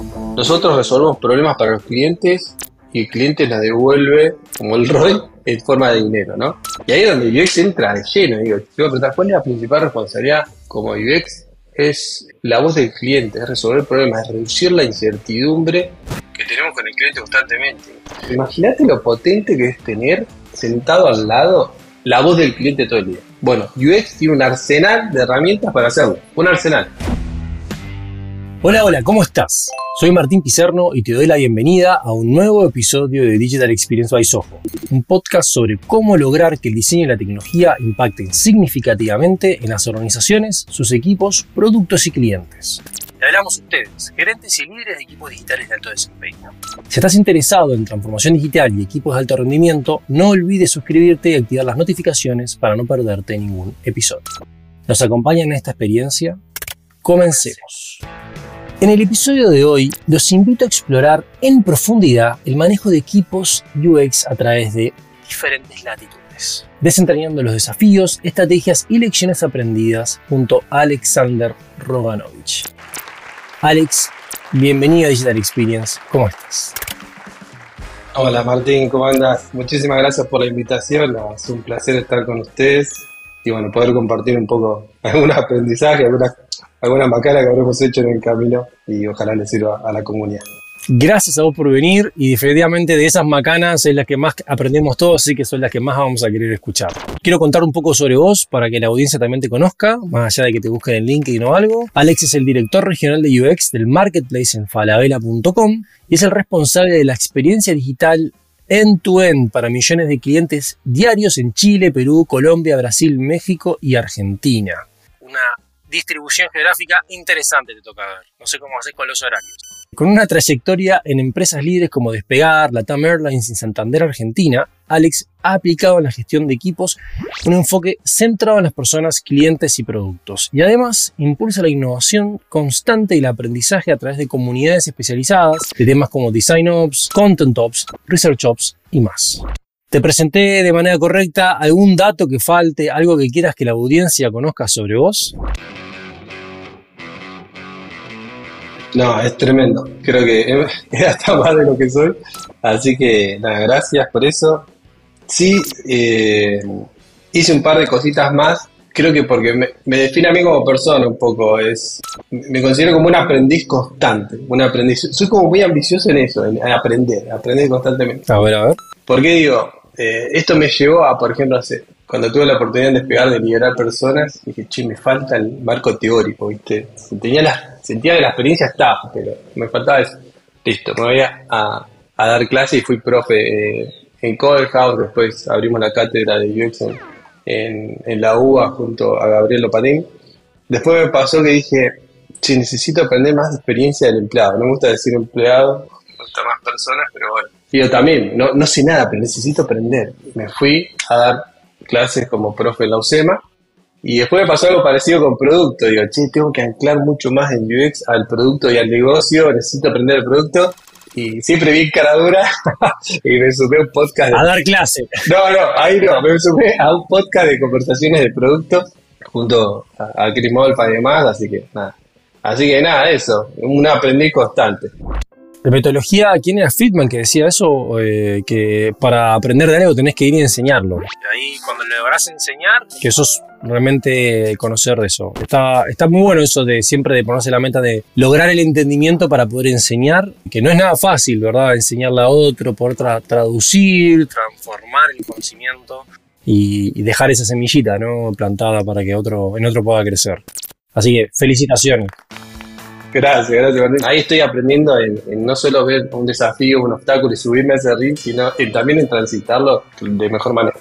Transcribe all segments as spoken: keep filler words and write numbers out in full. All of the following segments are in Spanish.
Nosotros resolvemos problemas para los clientes y el cliente nos devuelve, como el R O I, en forma de dinero, ¿no? Y ahí es donde U X entra de lleno. Digo, te voy a preguntar, ¿cuál es la principal responsabilidad como U X? Es la voz del cliente, es resolver problemas, es reducir la incertidumbre que tenemos con el cliente constantemente. Imagínate lo potente que es tener sentado al lado la voz del cliente todo el día. Bueno, U X tiene un arsenal de herramientas para hacerlo, un arsenal. Hola, hola, ¿cómo estás? Soy Martín Pizerno y te doy la bienvenida a un nuevo episodio de Digital Experience by Zoho, un podcast sobre cómo lograr que el diseño y la tecnología impacten significativamente en las organizaciones, sus equipos, productos y clientes. Le hablamos a ustedes, gerentes y líderes de equipos digitales de alto desempeño. Si estás interesado en transformación digital y equipos de alto rendimiento, no olvides suscribirte y activar las notificaciones para no perderte ningún episodio. ¿Nos acompañan en esta experiencia? Comencemos. En el episodio de hoy, los invito a explorar en profundidad el manejo de equipos U X a través de diferentes latitudes, desentrañando los desafíos, estrategias y lecciones aprendidas junto a Alexander Roganovich. Alex, bienvenido a Digital Experience. ¿Cómo estás? Hola Martín, ¿cómo andas? Muchísimas gracias por la invitación. Es un placer estar con ustedes y bueno, poder compartir un poco algún aprendizaje, algunas alguna macana que habremos hecho en el camino y ojalá les sirva a la comunidad. Gracias a vos por venir y definitivamente de esas macanas es las que más aprendemos todos, así que son las que más vamos a querer escuchar. Quiero contar un poco sobre vos para que la audiencia también te conozca, más allá de que te busquen en LinkedIn o algo. Alex es el director regional de U X del Marketplace en falabella punto com y es el responsable de la experiencia digital end-to-end para millones de clientes diarios en Chile, Perú, Colombia, Brasil, México y Argentina. Una distribución geográfica interesante te toca ver. No sé cómo haces con los horarios. Con una trayectoria en empresas líderes como Despegar, Latam Airlines y Santander Argentina, Alex ha aplicado en la gestión de equipos un enfoque centrado en las personas, clientes y productos. Y además impulsa la innovación constante y el aprendizaje a través de comunidades especializadas de temas como Design Ops, Content Ops, Research Ops y más. ¿Te presenté de manera correcta? ¿Algún dato que falte? ¿Algo que quieras que la audiencia conozca sobre vos? No, es tremendo. Creo que es hasta más de lo que soy. Así que, nada, gracias por eso. Sí, eh, hice un par de cositas más. Creo que porque me, me define a mí como persona un poco. Es, me considero como un aprendiz constante. Un aprendiz. Soy como muy ambicioso en eso, en aprender, aprender constantemente. A ver, a ver. ¿Por qué digo? Eh, esto me llevó a, por ejemplo, hace, cuando tuve la oportunidad de Despegar, de liderar personas, dije, che, me falta el marco teórico, ¿viste? Tenía la, sentía que la experiencia estaba, pero me faltaba eso. Listo, me voy a, a, a dar clase y fui profe eh, en Code House, después abrimos la cátedra de U X en, en, en la U B A junto a Gabriel Lopatín. Después me pasó que dije, che, necesito aprender más de experiencia del empleado. No me gusta decir empleado, me gusta más personas, pero bueno. Y yo también, no, no sé nada, pero necesito aprender. Me fui a dar clases como profe en la U C E M A y después me pasó algo parecido con producto. Digo, che, tengo que anclar mucho más en U X al producto y al negocio, necesito aprender el producto. Y siempre vi cara dura y me sumé a un podcast. De... A dar clase. No, no, ahí no, me sumé a un podcast de conversaciones de producto junto a, a Chris Molfa y demás, así que nada. Así que nada, eso, un aprendiz constante. La metodología, ¿quién era Friedman que decía eso? Eh, que para aprender de algo tenés que ir y enseñarlo. Y ahí cuando lo lográs enseñar, que sos realmente conocer de eso. Está, está muy bueno eso de siempre de ponerse la meta de lograr el entendimiento para poder enseñar, que no es nada fácil, ¿verdad? Enseñarle a otro, poder tra- traducir, transformar el conocimiento y, y dejar esa semillita, ¿no? Plantada para que otro, en otro pueda crecer. Así que felicitaciones. Gracias, gracias Martín. Ahí estoy aprendiendo en, en no solo ver un desafío, un obstáculo y subirme a ese ring, sino en, también en transitarlo de mejor manera.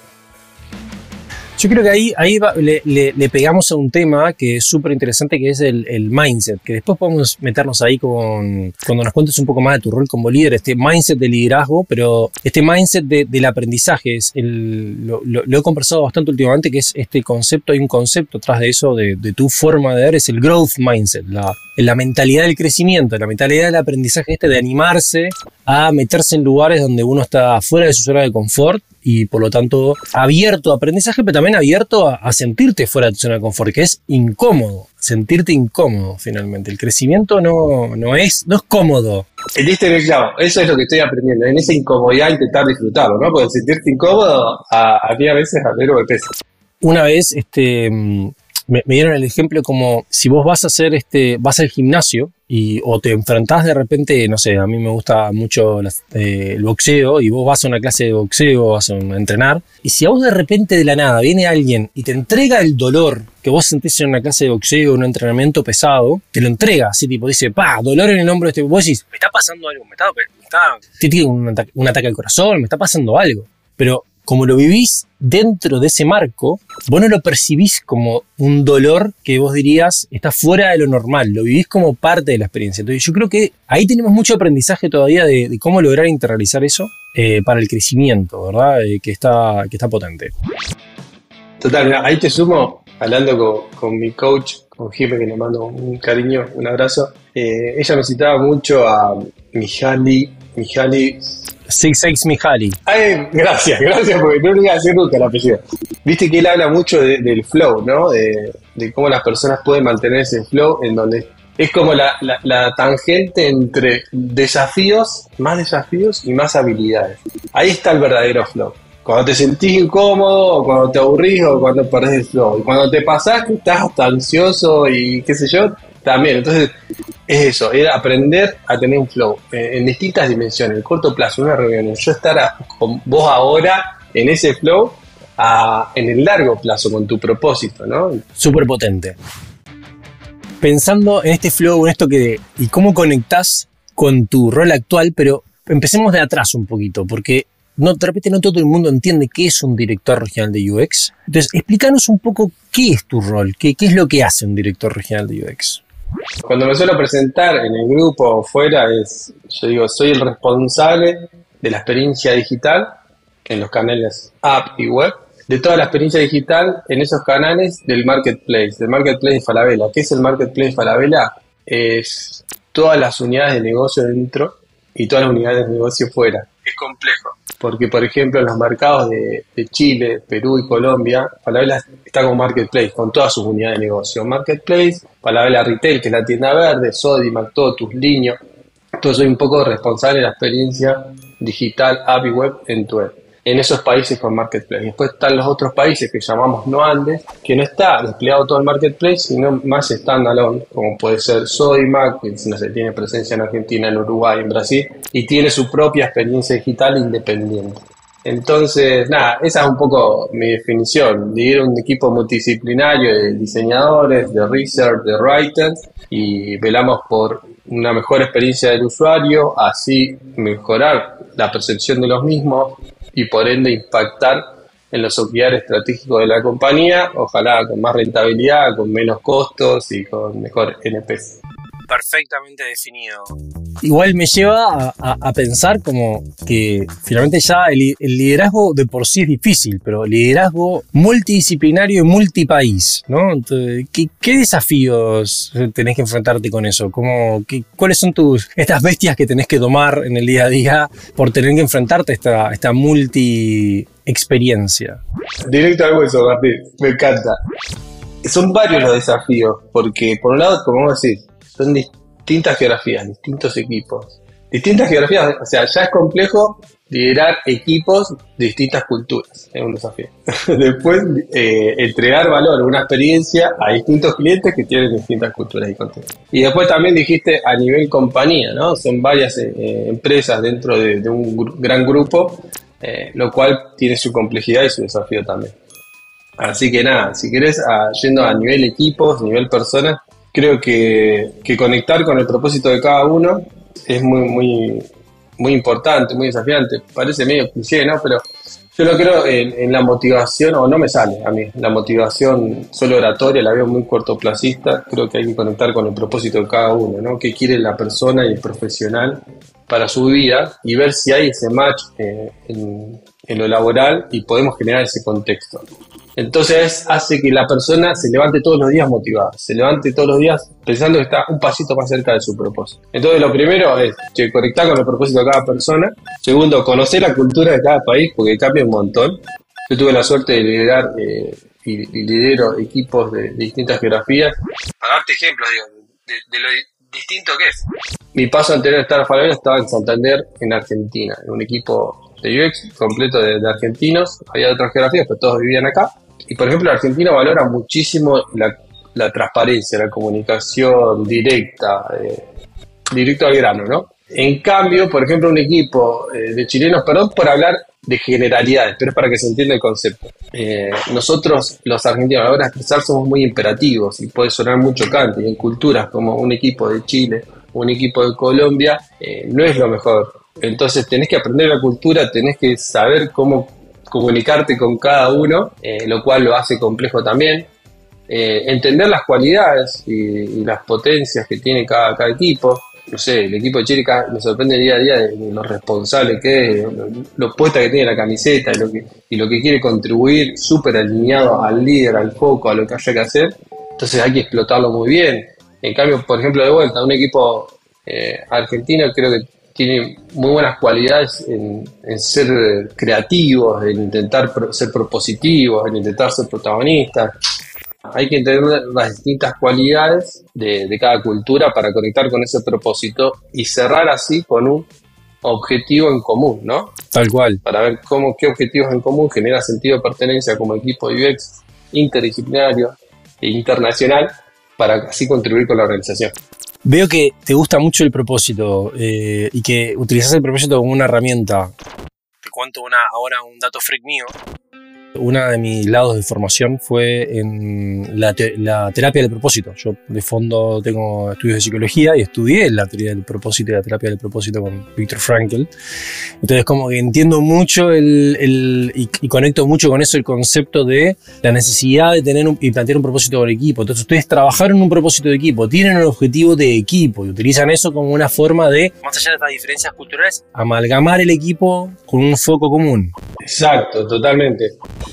Yo creo que ahí, ahí va, le, le, le pegamos a un tema que es súper interesante, que es el, el mindset, que después podemos meternos ahí con, cuando nos cuentes un poco más de tu rol como líder, este mindset de liderazgo, pero este mindset de, del aprendizaje, es el, lo, lo, lo he conversado bastante últimamente, que es este concepto, hay un concepto atrás de eso, de, de tu forma de ver, es el growth mindset, la, la mentalidad del crecimiento, la mentalidad del aprendizaje este de animarse a meterse en lugares donde uno está fuera de su zona de confort y por lo tanto abierto a aprendizaje, pero también abierto a, a sentirte fuera de tu zona de confort, que es incómodo, sentirte incómodo finalmente. El crecimiento no, no, es, no es cómodo. Diste en el clavo, eso es lo que estoy aprendiendo, en esa incomodidad intentar disfrutarlo, ¿no? Porque sentirte incómodo a, a mí a veces a verlo de peso. Una vez este, me, me dieron el ejemplo como si vos vas a hacer este, vas al gimnasio y, o te enfrentás de repente, no sé, a mí me gusta mucho las, eh, el boxeo y vos vas a una clase de boxeo, vas a, un, a entrenar, y si a vos de repente de la nada viene alguien y te entrega el dolor que vos sentís en una clase de boxeo, un entrenamiento pesado, te lo entrega, así tipo dice, pa, dolor en el hombro, este, vos decís, me está pasando algo, me está, me está, tiene un ataque, un ataque al corazón, me está pasando algo, pero como lo vivís dentro de ese marco, vos no lo percibís como un dolor que vos dirías está fuera de lo normal, lo vivís como parte de la experiencia. Entonces yo creo que ahí tenemos mucho aprendizaje todavía de, de cómo lograr internalizar eso eh, para el crecimiento, ¿verdad? Eh, que, está, que está potente. Total, mira, ahí te sumo, hablando con, con mi coach, con Jime, que le mando un cariño, un abrazo. Eh, ella me citaba mucho a Mihaly, Mihaly Csikszentmihalyi. Ay, gracias, gracias, porque no le iba a decir nunca el apellido. Viste que él habla mucho de, del flow, ¿no? De, de cómo las personas pueden mantener ese flow en donde es como la, la, la tangente entre desafíos, más desafíos y más habilidades. Ahí está el verdadero flow. Cuando te sentís incómodo, o cuando te aburrís, o cuando perdés el flow. Y cuando te pasás que estás hasta ansioso y qué sé yo, también. Entonces, es eso, es aprender a tener un flow eh, en distintas dimensiones, el corto plazo, una reunión, yo estar a, con vos ahora en ese flow, a, en el largo plazo, con tu propósito, ¿no? Súper potente. Pensando en este flow, en esto que, y cómo conectás con tu rol actual, pero empecemos de atrás un poquito, porque no, de repente no todo el mundo entiende qué es un director regional de U X. Entonces, explícanos un poco qué es tu rol, qué, qué es lo que hace un director regional de U X. Cuando me suelo presentar en el grupo o fuera, es, yo digo, soy el responsable de la experiencia digital en los canales app y web, de toda la experiencia digital en esos canales del marketplace, del marketplace de Falabella. ¿Qué es el marketplace de Falabella? Es todas las unidades de negocio dentro y todas las unidades de negocio fuera. Es complejo, porque por ejemplo en los mercados de, de Chile, Perú y Colombia, Falabella está como marketplace, con todas sus unidades de negocio. Marketplace, Falabella Retail, que es la tienda verde, Sodimac, todos tus líneas. Entonces soy un poco responsable de la experiencia digital, app y web en tu web. En esos países con marketplace. Después están los otros países que llamamos no Andes, que no está desplegado todo el marketplace, sino más standalone, como puede ser Sodimac, que no sé, tiene presencia en Argentina, en Uruguay, en Brasil, y tiene su propia experiencia digital independiente. Entonces, nada, esa es un poco mi definición, dividir un equipo multidisciplinario de diseñadores, de research, de writers, y velamos por una mejor experiencia del usuario, así mejorar la percepción de los mismos, y por ende impactar en los objetivos estratégicos de la compañía, ojalá con más rentabilidad, con menos costos y con mejor N P S. Perfectamente definido. Igual me lleva a, a, a pensar como que finalmente ya el, el liderazgo de por sí es difícil, pero liderazgo multidisciplinario y multipaís, ¿no? Entonces, ¿qué, ¿qué desafíos tenés que enfrentarte con eso? ¿Cómo, qué, ¿Cuáles son tus estas bestias que tenés que domar en el día a día por tener que enfrentarte a esta, esta multi experiencia? Directo al hueso, Martín, me encanta. Son varios los desafíos, porque por un lado, como vos decís, son distintas geografías, distintos equipos. Distintas geografías, o sea, ya es complejo liderar equipos de distintas culturas, es un desafío. Después, eh, entregar valor, una experiencia a distintos clientes que tienen distintas culturas y contextos. Y después también dijiste a nivel compañía, ¿no? Son varias eh, empresas dentro de, de un gr- gran grupo, eh, lo cual tiene su complejidad y su desafío también. Así que nada, si querés, a, yendo a nivel equipos, nivel personas, creo que, que conectar con el propósito de cada uno es muy, muy, muy importante, muy desafiante. Parece medio cliché, ¿no? Pero yo no creo en, en la motivación, o no me sale a mí, la motivación solo oratoria, la veo muy cortoplacista. Creo que hay que conectar con el propósito de cada uno, ¿no? ¿Qué quiere la persona y el profesional para su vida? Y ver si hay ese match eh, en, en lo laboral y podemos generar ese contexto. Entonces hace que la persona se levante todos los días motivada, se levante todos los días pensando que está un pasito más cerca de su propósito. Entonces lo primero es che, conectar con el propósito de cada persona. Segundo, conocer la cultura de cada país porque cambia un montón. Yo tuve la suerte de liderar eh, y, y lidero equipos de, de distintas geografías. Para darte ejemplos, digo, de, de lo distinto que es. Mi paso anterior a estar a Falabella estaba en Santander, en Argentina, en un equipo de U X completo de, de argentinos. Había otras geografías, pero todos vivían acá. Y por ejemplo, Argentina valora muchísimo la, la transparencia, la comunicación directa, eh, directo al grano, ¿no? En cambio, por ejemplo, un equipo eh, de chilenos, perdón por hablar de generalidades, pero es para que se entienda el concepto. Eh, nosotros, los argentinos, a la hora de expresar somos muy imperativos y puede sonar muy chocante. Y en culturas como un equipo de Chile, un equipo de Colombia, eh, no es lo mejor. Entonces tenés que aprender la cultura, tenés que saber cómo comunicarte con cada uno, eh, lo cual lo hace complejo también. Eh, entender las cualidades y, y las potencias que tiene cada, cada equipo. No sé, el equipo de Chile me sorprende día a día de, de lo responsable que es, lo, lo puesta que tiene la camiseta y lo que, y lo que quiere contribuir, súper alineado al líder, al foco, a lo que haya que hacer. Entonces hay que explotarlo muy bien. En cambio, por ejemplo, de vuelta, un equipo eh, argentino creo que tiene muy buenas cualidades en, en ser creativos, en intentar pro, ser propositivos, en intentar ser protagonistas. Hay que entender las distintas cualidades de, de cada cultura para conectar con ese propósito y cerrar así con un objetivo en común, ¿no? Tal cual. Para ver cómo, qué objetivos en común genera sentido de pertenencia como equipo de U X interdisciplinario e internacional para así contribuir con la organización. Veo que te gusta mucho el propósito eh, y que utilizas el propósito como una herramienta. Te cuento una, ahora un dato freak mío. Uno de mis lados de formación fue en la, te la terapia del propósito. Yo de fondo tengo estudios de psicología y estudié la teoría del propósito y la terapia del propósito con Viktor Frankl. Entonces como que entiendo mucho el, el, y, y conecto mucho con eso el concepto de la necesidad de tener un, y plantear un propósito con equipo. Entonces ustedes trabajaron en un propósito de equipo, tienen un objetivo de equipo y utilizan eso como una forma de, más allá de estas diferencias culturales, amalgamar el equipo con un foco común. Exacto, totalmente.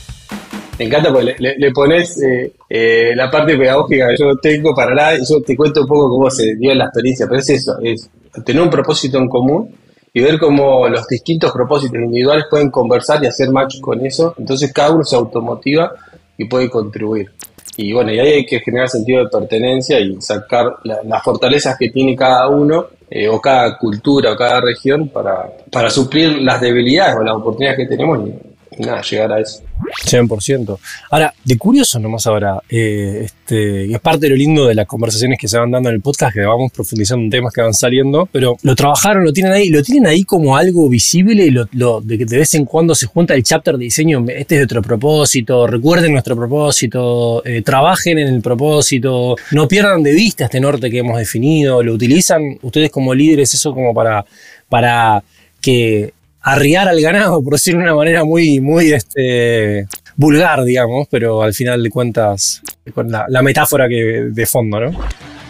Me encanta porque le, le, le pones eh, eh, la parte pedagógica que yo no tengo para nada y yo te cuento un poco cómo se dio la experiencia, pero es eso, es tener un propósito en común y ver cómo los distintos propósitos individuales pueden conversar y hacer match con eso, entonces cada uno se automotiva y puede contribuir. Y bueno, y ahí hay que generar sentido de pertenencia y sacar la, las fortalezas que tiene cada uno eh, o cada cultura o cada región para, para suplir las debilidades o las oportunidades que tenemos y, y nada, llegar a eso. cien por ciento. Ahora, de curioso nomás ahora, eh, este, es parte de lo lindo de las conversaciones que se van dando en el podcast, que vamos profundizando en temas que van saliendo, pero lo trabajaron, lo tienen ahí, lo tienen ahí como algo visible y lo, lo, de que de vez en cuando se junta el chapter de diseño, este es nuestro propósito, recuerden nuestro propósito, eh, trabajen en el propósito, no pierdan de vista este norte que hemos definido, lo utilizan ustedes como líderes eso como para, para que arriar al ganado, por decirlo de una manera muy, muy este, vulgar, digamos, pero al final de cuentas, con la, la metáfora que de fondo, ¿no?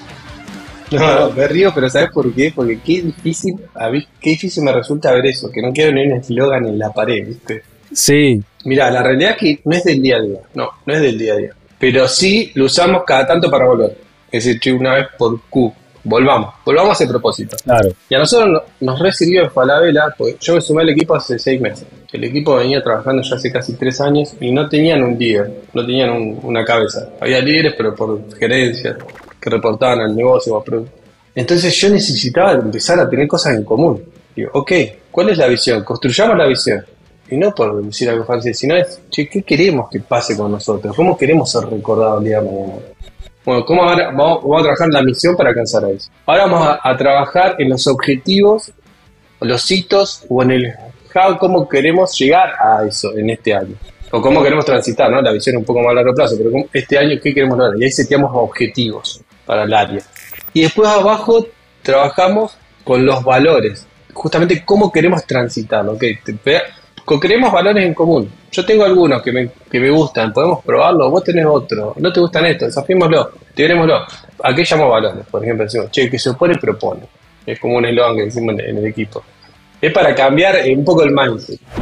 No, me río, pero ¿sabes por qué? Porque qué difícil, a mí, qué difícil me resulta ver eso, que no quiero ni un eslogan en la pared, ¿viste? Sí. Mirá, la realidad es que no es del día a día, no, no es del día a día, pero sí lo usamos cada tanto para volver, es decir, una vez por Q. Volvamos, volvamos a ese propósito. Claro. Y a nosotros nos re sirvió en Falabella, porque yo me sumé al equipo hace seis meses. El equipo venía trabajando ya hace casi tres años y no tenían un líder, no tenían un, una cabeza. Había líderes, pero por gerencias que reportaban al negocio o a producto. Entonces yo necesitaba empezar a tener cosas en común. Digo, ok, ¿cuál es la visión? Construyamos la visión. Y no por decir algo fancy, sino es, che, ¿qué queremos que pase con nosotros? ¿Cómo queremos ser recordados el día de mañana? Bueno, ¿cómo ahora vamos, vamos a trabajar en la misión para alcanzar a eso? Ahora vamos a, a trabajar en los objetivos, los hitos o en el how, cómo queremos llegar a eso en este año. O cómo queremos transitar, ¿no? La visión es un poco más a largo plazo, pero este año, ¿qué queremos lograr? Y ahí seteamos objetivos para el área. Y después abajo trabajamos con los valores. Justamente cómo queremos transitar, ¿no? Que creemos valores en común. Yo tengo algunos que me, que me gustan, podemos probarlo, vos tenés otro, no te gustan estos, desafiémoslo, tirémoslo. ¿A qué llamo valores? Por ejemplo, decimos, che, que se opone propone. Es como un eslogan que decimos en, en el equipo. Es para cambiar un poco el mindset.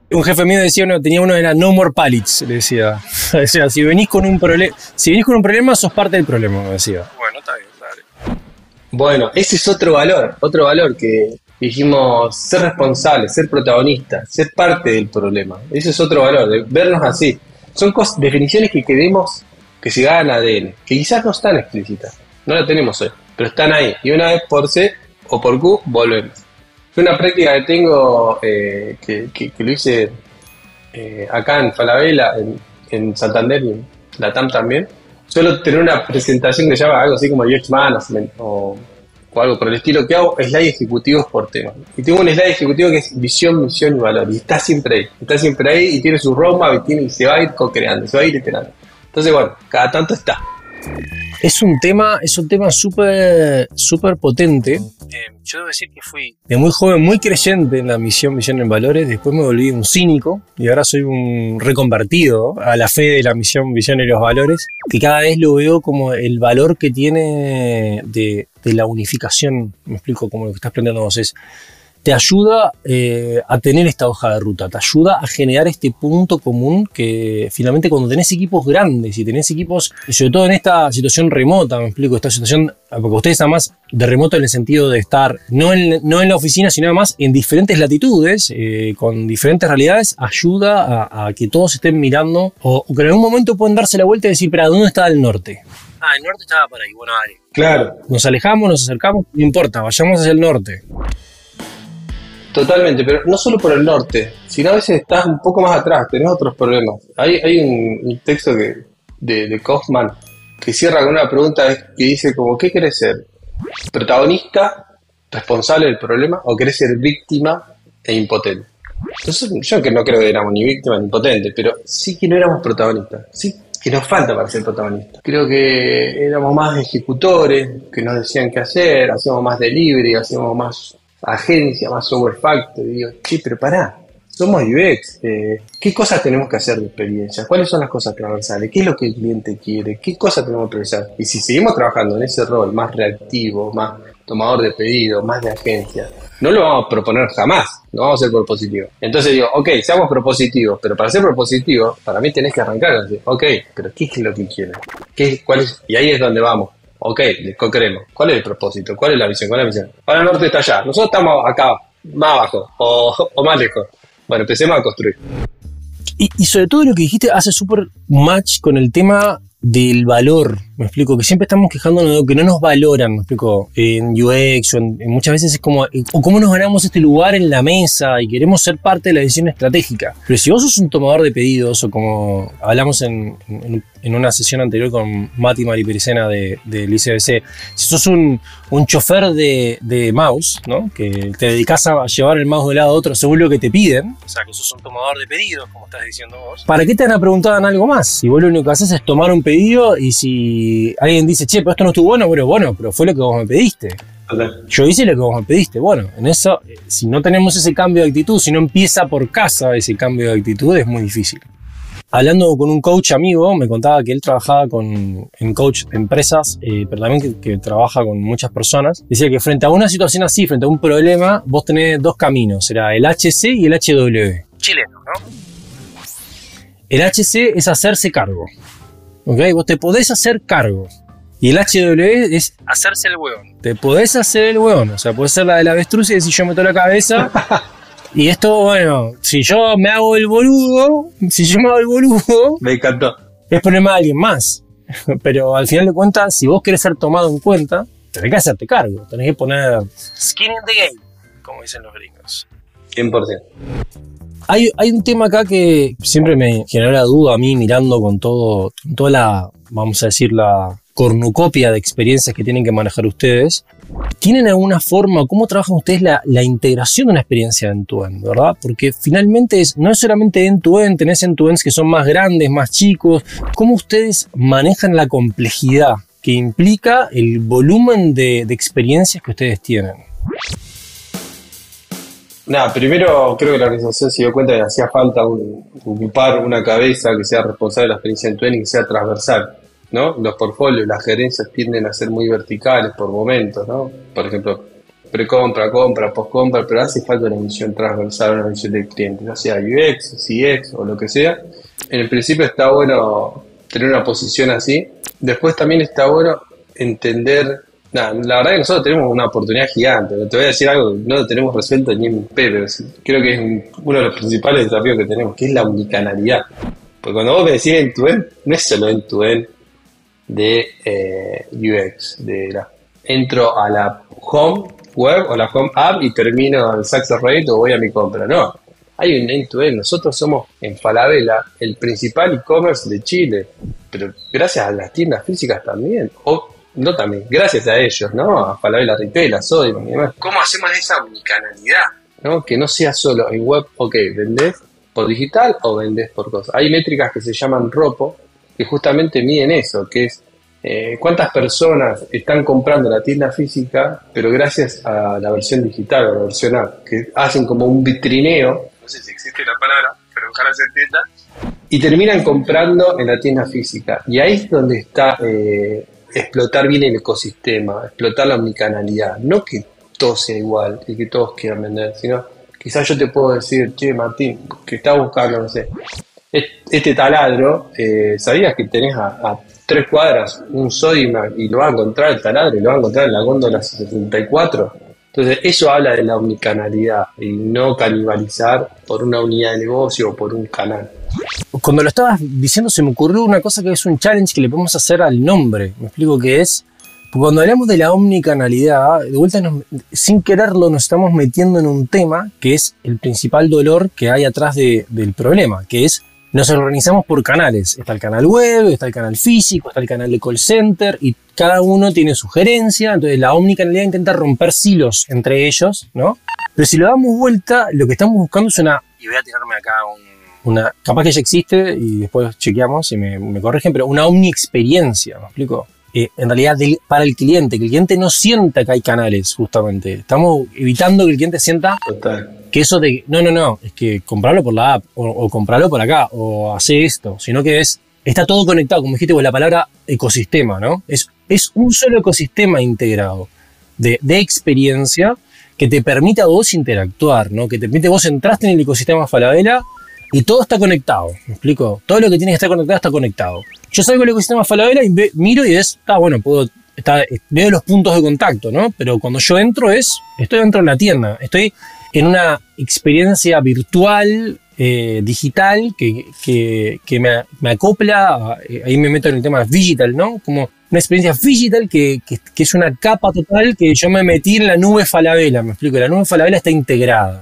Un jefe mío decía, uno, tenía uno, era no more pallets, le decía. O sea, si venís con un problema, si venís con un problema, sos parte del problema, me decía. Bueno, está bien, dale. Bueno, ese es otro valor, otro valor que dijimos, ser responsable, ser protagonista, ser parte del problema. Ese es otro valor, de vernos así. Son cosas, definiciones que queremos que se hagan A D N, que quizás no están explícitas, no la tenemos hoy, pero están ahí. Y una vez por C o por Q, volvemos. Es una práctica que tengo, eh, que, que, que lo hice eh, acá en Falabella, en, en Santander y en Latam también. Suelo tener una presentación que se llama algo así como U X Management o, o algo por el estilo, que hago slide ejecutivos por tema. Y tengo un slide ejecutivo que es visión, misión y valor. Y está siempre ahí. Está siempre ahí y tiene su roadmap y, tiene, y se va a ir co-creando, se va a ir iterando. Entonces, bueno, cada tanto está. Es un tema, es un tema súper súper potente. Eh, yo debo decir que fui de muy joven muy creyente en la misión, visión en valores. Después me volví un cínico y ahora soy un reconvertido a la fe de la misión, visión y los valores. Que cada vez lo veo como el valor que tiene de, de la unificación. Me explico como lo que estás planteando vos es. Te ayuda eh, a tener esta hoja de ruta, te ayuda a generar este punto común que finalmente cuando tenés equipos grandes y tenés equipos, sobre todo en esta situación remota, me explico, esta situación, porque ustedes además de remoto en el sentido de estar no en, no en la oficina, sino además en diferentes latitudes, eh, con diferentes realidades, ayuda a, a que todos estén mirando o, o que en algún momento pueden darse la vuelta y decir, pero ¿dónde está el norte? Ah, el norte estaba por ahí, bueno, dale. Claro. Nos alejamos, nos acercamos, no importa, vayamos hacia el norte. Totalmente, pero no solo por el norte, sino a veces estás un poco más atrás, tenés otros problemas. Hay, hay un, un texto que, de, de Kaufman que cierra con una pregunta que dice como, ¿qué querés ser? ¿Protagonista, responsable del problema, o querés ser víctima e impotente? Entonces, yo que no creo que éramos ni víctimas ni impotentes, pero sí que no éramos protagonistas, sí que nos falta para ser protagonistas. Creo que éramos más ejecutores, que nos decían qué hacer, hacíamos más delivery, hacíamos más agencia, más software factory. Digo, sí, pero pará, somos U X, eh, ¿qué cosas tenemos que hacer de experiencia? ¿Cuáles son las cosas transversales? ¿Qué es lo que el cliente quiere? ¿Qué cosas tenemos que priorizar? Y si seguimos trabajando en ese rol más reactivo, más tomador de pedidos, más de agencia, no lo vamos a proponer jamás, no vamos a ser propositivos. Entonces digo, ok, seamos propositivos, pero para ser propositivos, para mí tenés que arrancar y decir, ok, pero ¿qué es lo que quieren? ¿Qué, cuál es? Y ahí es donde vamos. Ok, co-creemos. ¿Cuál es el propósito? ¿Cuál es la visión? ¿Cuál es la misión? Ahora el norte está allá. Nosotros estamos acá, más abajo o, o más lejos. Bueno, empecemos a construir. Y, y sobre todo lo que dijiste hace súper match con el tema del valor. Me explico, que siempre estamos quejándonos de que no nos valoran, me explico, en U X o en, en muchas veces es como, o cómo nos ganamos este lugar en la mesa y queremos ser parte de la decisión estratégica. Pero si vos sos un tomador de pedidos o como hablamos en, en, en una sesión anterior con Mati Maripiricena de, del I C B C, si sos un, un chofer de, de mouse, ¿no? Que te dedicas a llevar el mouse de un lado a otro según lo que te piden, o sea que sos un tomador de pedidos, como estás diciendo vos, ¿para qué te van a preguntar en algo más? Si vos lo único que haces es tomar un pedido y si alguien dice, che, pero esto no estuvo bueno, bueno, bueno, pero fue lo que vos me pediste. Okay. Yo hice lo que vos me pediste. Bueno, en eso, si no tenemos ese cambio de actitud, si no empieza por casa ese cambio de actitud, es muy difícil. Hablando con un coach amigo, me contaba que él trabajaba con, en coach de empresas, eh, pero también que, que trabaja con muchas personas. Decía que frente a una situación así, frente a un problema, vos tenés dos caminos, era el H C y el H W. Chileno, ¿no? El H C es hacerse cargo. ¿Ok? Vos te podés hacer cargo. Y el H W es hacerse el huevón. Te podés hacer el huevón. O sea, podés ser la de la avestruz y decir yo meto la cabeza. Y esto, bueno, si yo me hago el boludo, si yo me hago el boludo, me encantó. Es problema de alguien más. Pero al final de cuentas, si vos querés ser tomado en cuenta, tenés que hacerte cargo. Tenés que poner skin in the game, como dicen los gringos. cien por ciento. Hay, hay un tema acá que siempre me generó la duda a mí mirando con todo, con toda la, vamos a decir, la cornucopia de experiencias que tienen que manejar ustedes. ¿Tienen alguna forma, cómo trabajan ustedes la, la integración de una experiencia end-to-end, verdad? Porque finalmente es, no es solamente end-to-end, tenés end-to-ends que son más grandes, más chicos. ¿Cómo ustedes manejan la complejidad que implica el volumen de, de experiencias que ustedes tienen? Nada, primero creo que la organización se dio cuenta que hacía falta un, ocupar una cabeza que sea responsable de la experiencia en Twinning, que sea transversal, ¿no? Los portfolios, las gerencias tienden a ser muy verticales por momentos, ¿no? Por ejemplo, precompra, compra, postcompra, pero hace falta una visión transversal, una visión del cliente, ya sea U X, C X o lo que sea. En el principio está bueno tener una posición así. Después también está bueno entender. Nah, la verdad que nosotros tenemos una oportunidad gigante. Te voy a decir algo que no lo tenemos resuelto ni en P, pero creo que es un- uno de los principales desafíos que tenemos, que es la omnicanalidad. Porque cuando vos me decís end-to-end, no es solo end-to-end de eh, U X, de la, entro a la home web o la home app y termino el success rate o voy a mi compra. No, hay un end-to-end. Nosotros somos en Falabella el principal e-commerce de Chile, pero gracias a las tiendas físicas también, o no también, gracias a ellos, ¿no? A Falabella Retail, a Sodium y demás. ¿Cómo hacemos esa omnicanalidad? ¿No? Que no sea solo en web, ok, vendés por digital o vendés por cosas. Hay métricas que se llaman ROPO, que justamente miden eso, que es eh, cuántas personas están comprando la tienda física, pero gracias a la versión digital o la versión app, que hacen como un vitrineo, no sé si existe la palabra, pero ojalá se entienda, y terminan comprando en la tienda física. Y ahí es donde está eh, explotar bien el ecosistema, explotar la omnicanalidad. No que todo sea igual y que todos quieran vender, sino quizás yo te puedo decir, che, Martín, que estás buscando, no sé, este taladro, eh, ¿sabías que tenés a, a tres cuadras un Sodimac y lo vas a encontrar el taladro y lo vas a encontrar en la góndola setenta y cuatro? Entonces, eso habla de la omnicanalidad y no canibalizar por una unidad de negocio o por un canal. Cuando lo estabas diciendo se me ocurrió una cosa que es un challenge que le podemos hacer al nombre. Me explico qué es. Porque cuando hablamos de la omnicanalidad, de vuelta nos- sin quererlo nos estamos metiendo en un tema que es el principal dolor que hay atrás de- del problema, que es nos organizamos por canales. Está el canal web, está el canal físico, está el canal de call center y cada uno tiene su gerencia. Entonces la omnicanalidad intenta romper silos entre ellos, ¿no? Pero si lo damos vuelta, lo que estamos buscando es una... Y voy a tirarme acá un, una... Capaz que ya existe y después chequeamos y me, me corrigen, pero una omni-experiencia, ¿me explico? Eh, en realidad del- para el cliente, que el cliente no sienta que hay canales, justamente. Estamos evitando que el cliente sienta Total. que eso de, no, no, no, es que comprarlo por la app, o, o comprarlo por acá, o hacer esto, sino que es, está todo conectado, como dijiste vos, la palabra ecosistema, ¿no? Es, es un solo ecosistema integrado de, de experiencia que te permite a vos interactuar, ¿no? Que te permite, vos entraste en el ecosistema Falabella y todo está conectado, ¿me explico? Todo lo que tiene que estar conectado está conectado. Yo salgo del ecosistema Falabella y ve- miro y es, está bueno, puedo, está, veo los puntos de contacto, ¿no? Pero cuando yo entro es, estoy dentro de la tienda, estoy en una experiencia virtual, eh, digital, que, que, que me, me acopla, a- eh, ahí me meto en el tema digital, ¿no? Como una experiencia digital que, que, que es una capa total que yo me metí en la nube Falabella, me explico, la nube Falabella está integrada.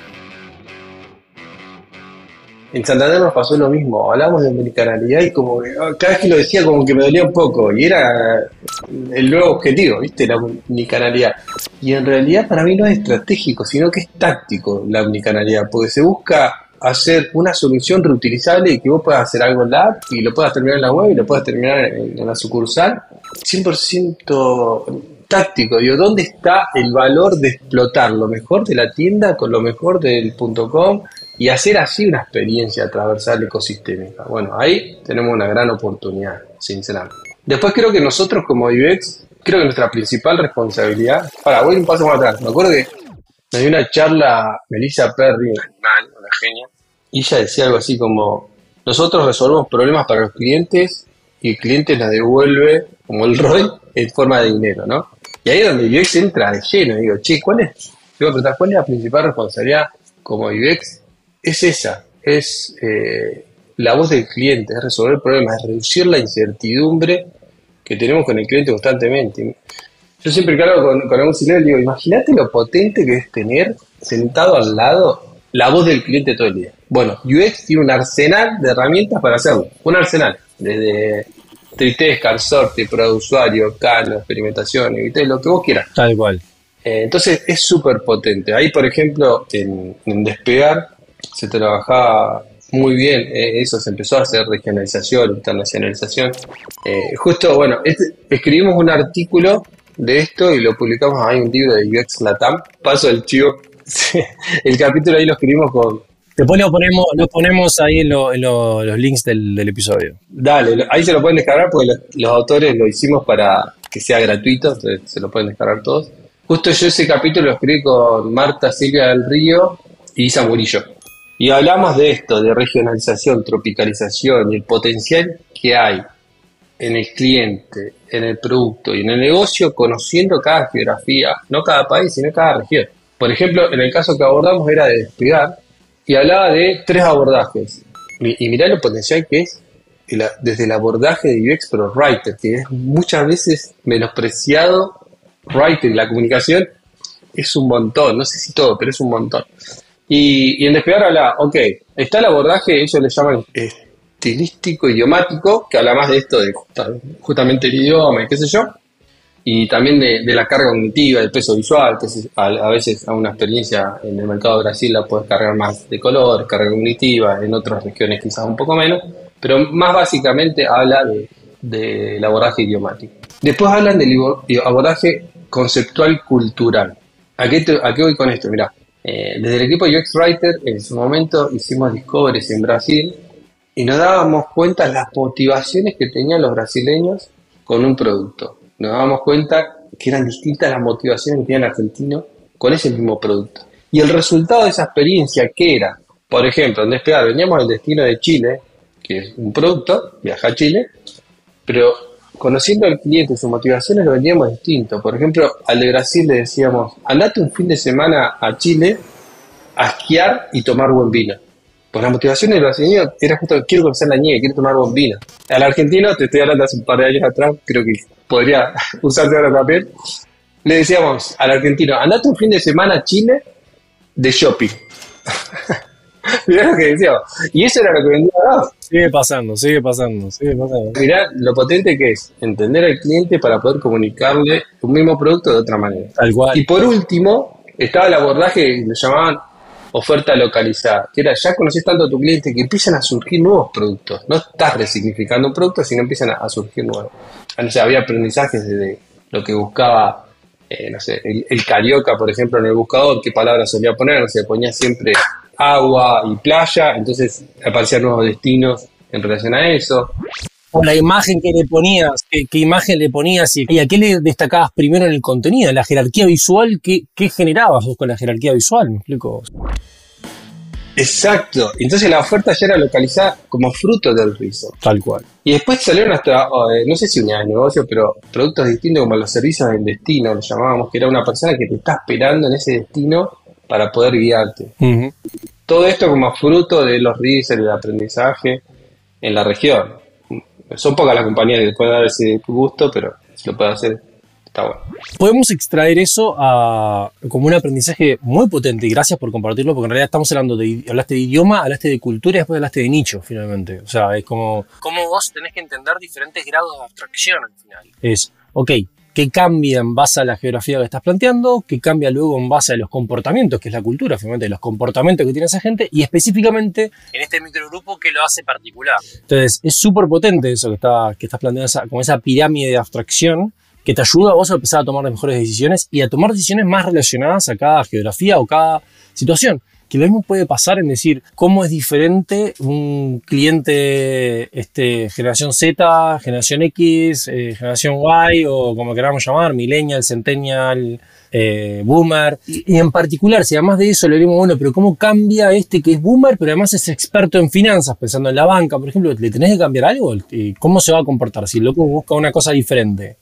En Santander nos pasó lo mismo, hablamos de omnicanalidad y como que, ah, cada vez que lo decía como que me dolía un poco y era el nuevo objetivo, ¿viste? La omnicanalidad. Y en realidad para mí no es estratégico, sino que es táctico la omnicanalidad, porque se busca hacer una solución reutilizable y que vos puedas hacer algo en la app y lo puedas terminar en la web y lo puedas terminar en, en la sucursal, cien por ciento táctico. Digo, ¿dónde está el valor de explotar lo mejor de la tienda con lo mejor del punto com y hacer así una experiencia transversal ecosistémica? Bueno, ahí tenemos una gran oportunidad, sinceramente. Después creo que nosotros como U X, creo que nuestra principal responsabilidad, para voy un paso más atrás, me acuerdo que me dio una charla Melissa Perry, una animal, una genia, y ella decía algo así como, nosotros resolvemos problemas para los clientes y el cliente nos devuelve como el R O I en forma de dinero, ¿no? Y ahí es donde U X entra de lleno, y digo, che, ¿cuál es? Digo, pero ¿cuál es la principal responsabilidad como U X? Es esa, es eh, la voz del cliente, es resolver problemas, es reducir la incertidumbre que tenemos con el cliente constantemente. Yo siempre que hablo con, con algún silero, digo, imagínate lo potente que es tener sentado al lado la voz del cliente todo el día. Bueno, U X tiene un arsenal de herramientas para hacerlo, un arsenal, desde tristeza, carsorte, prueba de usuario, cano, experimentación, ¿viste? Lo que vos quieras. Tal cual. Eh, entonces es súper potente. Ahí, por ejemplo, en, en Despegar se trabajaba muy bien, eh, eso se empezó a hacer regionalización, internacionalización. Eh, justo, bueno, este, escribimos un artículo de esto y lo publicamos, hay un libro de U X Latam, paso el chivo, el capítulo ahí lo escribimos con... Después lo ponemos, lo ponemos ahí en, lo- en lo- los links del, del episodio. Dale, lo- ahí se lo pueden descargar porque los, los autores lo hicimos para que sea gratuito, entonces se lo pueden descargar todos. Justo yo ese capítulo lo escribí con Marta Silvia del Río y Isa Murillo. Y hablamos de esto, de regionalización, tropicalización y el potencial que hay en el cliente, en el producto y en el negocio, conociendo cada geografía, no cada país, sino cada región. Por ejemplo, en el caso que abordamos era de Despegar y hablaba de tres abordajes. Y, y mirá lo potencial que es el, desde el abordaje de U X pero Writer, que es muchas veces menospreciado. Writer y la comunicación es un montón, no sé si todo, pero es un montón. Y, y en Despegar habla, ok, está el abordaje, ellos le llaman estilístico, idiomático, que habla más de esto, de justamente el idioma y qué sé yo, y también de, de la carga cognitiva, del peso visual, que es, a, a veces a una experiencia en el mercado de Brasil la puedes cargar más de color, carga cognitiva, en otras regiones quizás un poco menos, pero más básicamente habla de, del abordaje idiomático. Después hablan del abordaje conceptual cultural. ¿A qué, te, a qué voy con esto? Mirá, eh, desde el equipo U X Writer en su momento hicimos discoveries en Brasil y nos dábamos cuenta de las motivaciones que tenían los brasileños con un producto. Nos dábamos cuenta que eran distintas las motivaciones que tenía el argentino con ese mismo producto. Y el resultado de esa experiencia, ¿qué era? Por ejemplo, en Despegar veníamos del destino de Chile, que es un producto, viaja a Chile, pero conociendo al cliente y sus motivaciones lo vendíamos distinto. Por ejemplo, al de Brasil le decíamos, andate un fin de semana a Chile a esquiar y tomar buen vino. Pues la motivación del brasileño era justo, quiero conocer la nieve, quiero tomar buen vino. Al argentino, te estoy hablando hace un par de años atrás, creo que podría usarse ahora también, le decíamos al argentino, andate un fin de semana a Chile de shopping. Mirá lo que decíamos. Y eso era lo que vendía ahora. Sigue pasando, sigue pasando, sigue pasando. Mirá lo potente que es entender al cliente para poder comunicarle un mismo producto de otra manera. Tal cual. Y por último, estaba el abordaje que le llamaban oferta localizada, que era, ya conoces tanto a tu cliente que empiezan a surgir nuevos productos. No estás resignificando un producto, sino empiezan a, a surgir nuevos. No sé, había aprendizajes de lo que buscaba, eh, no sé, el, el carioca, por ejemplo, en el buscador, qué palabras solía poner, se ponía siempre agua y playa, entonces aparecían nuevos destinos en relación a eso. O la imagen que le ponías, qué, qué imagen le ponías y, y a qué le destacabas primero en el contenido, la jerarquía visual, ¿qué, qué generabas vos con la jerarquía visual? ¿Me explico? Exacto, entonces la oferta ya era localizada como fruto del rizo. Tal cual. Y después salieron hasta, eh, no sé si unidades de negocio, pero productos distintos como los servicios del destino, lo llamábamos, que era una persona que te está esperando en ese destino para poder guiarte. Uh-huh. Todo esto como fruto de los research y del aprendizaje en la región. Son pocas las compañías que pueden dar ese gusto, pero si lo puede hacer, está bueno. Podemos extraer eso a, como un aprendizaje muy potente, y gracias por compartirlo, porque en realidad estamos hablando de, hablaste de idioma, hablaste de cultura y después hablaste de nicho, finalmente. O sea, es como, como vos tenés que entender diferentes grados de abstracción al final. Es, ok, ¿qué cambia en base a la geografía que estás planteando? ¿Qué cambia luego en base a los comportamientos, que es la cultura, finalmente, los comportamientos que tiene esa gente? Y específicamente en este microgrupo que lo hace particular. Entonces, es súper potente eso que, está, que estás planteando, esa, como esa pirámide de abstracción que te ayuda a vos a empezar a tomar las mejores decisiones y a tomar decisiones más relacionadas a cada geografía o cada situación. Que lo mismo puede pasar en decir cómo es diferente un cliente este, generación Z, generación X, eh, generación Y o como queramos llamar, millennial, centennial, eh, boomer. Y, y en particular, si además de eso le diremos, bueno, pero cómo cambia este que es boomer, pero además es experto en finanzas, pensando en la banca, por ejemplo, ¿le tenés que cambiar algo? ¿Cómo se va a comportar si el loco busca una cosa diferente?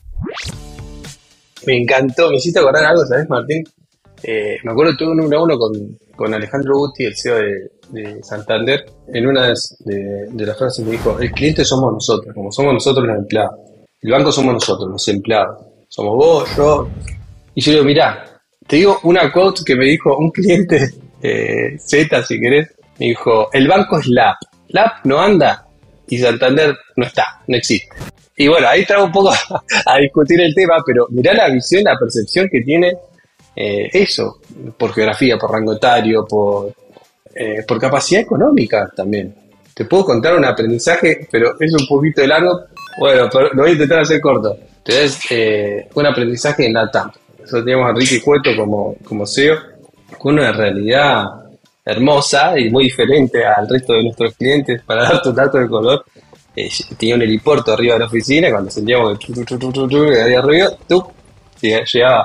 Me encantó, me hiciste acordar algo, ¿sabes, Martín? Eh, me acuerdo que tuve un uno a uno con, con Alejandro Guti, el C E O de, de Santander. En una de, de, de las frases me dijo, el cliente somos nosotros, como somos nosotros los empleados. El banco somos nosotros, los empleados. Somos vos, yo. Y yo digo, mirá, te digo una quote que me dijo un cliente eh, Z, si querés. Me dijo, el banco es la app. La app no anda y Santander no está, no existe. Y bueno, ahí traigo un poco a, a discutir el tema, pero mirá la visión, la percepción que tiene Eh, eso, por geografía, por rango etario, por, eh, por capacidad económica también. Te puedo contar un aprendizaje, pero es un poquito largo. Bueno, pero lo voy a intentar hacer corto. Entonces, eh, un aprendizaje en la T A M. Nosotros teníamos a Ricky Cueto como, como C E O, con una realidad hermosa y muy diferente al resto de nuestros clientes. Para darte un dato de color, eh, tenía un helipuerto arriba de la oficina, cuando sentíamos que de ahí arriba, tú, llegaba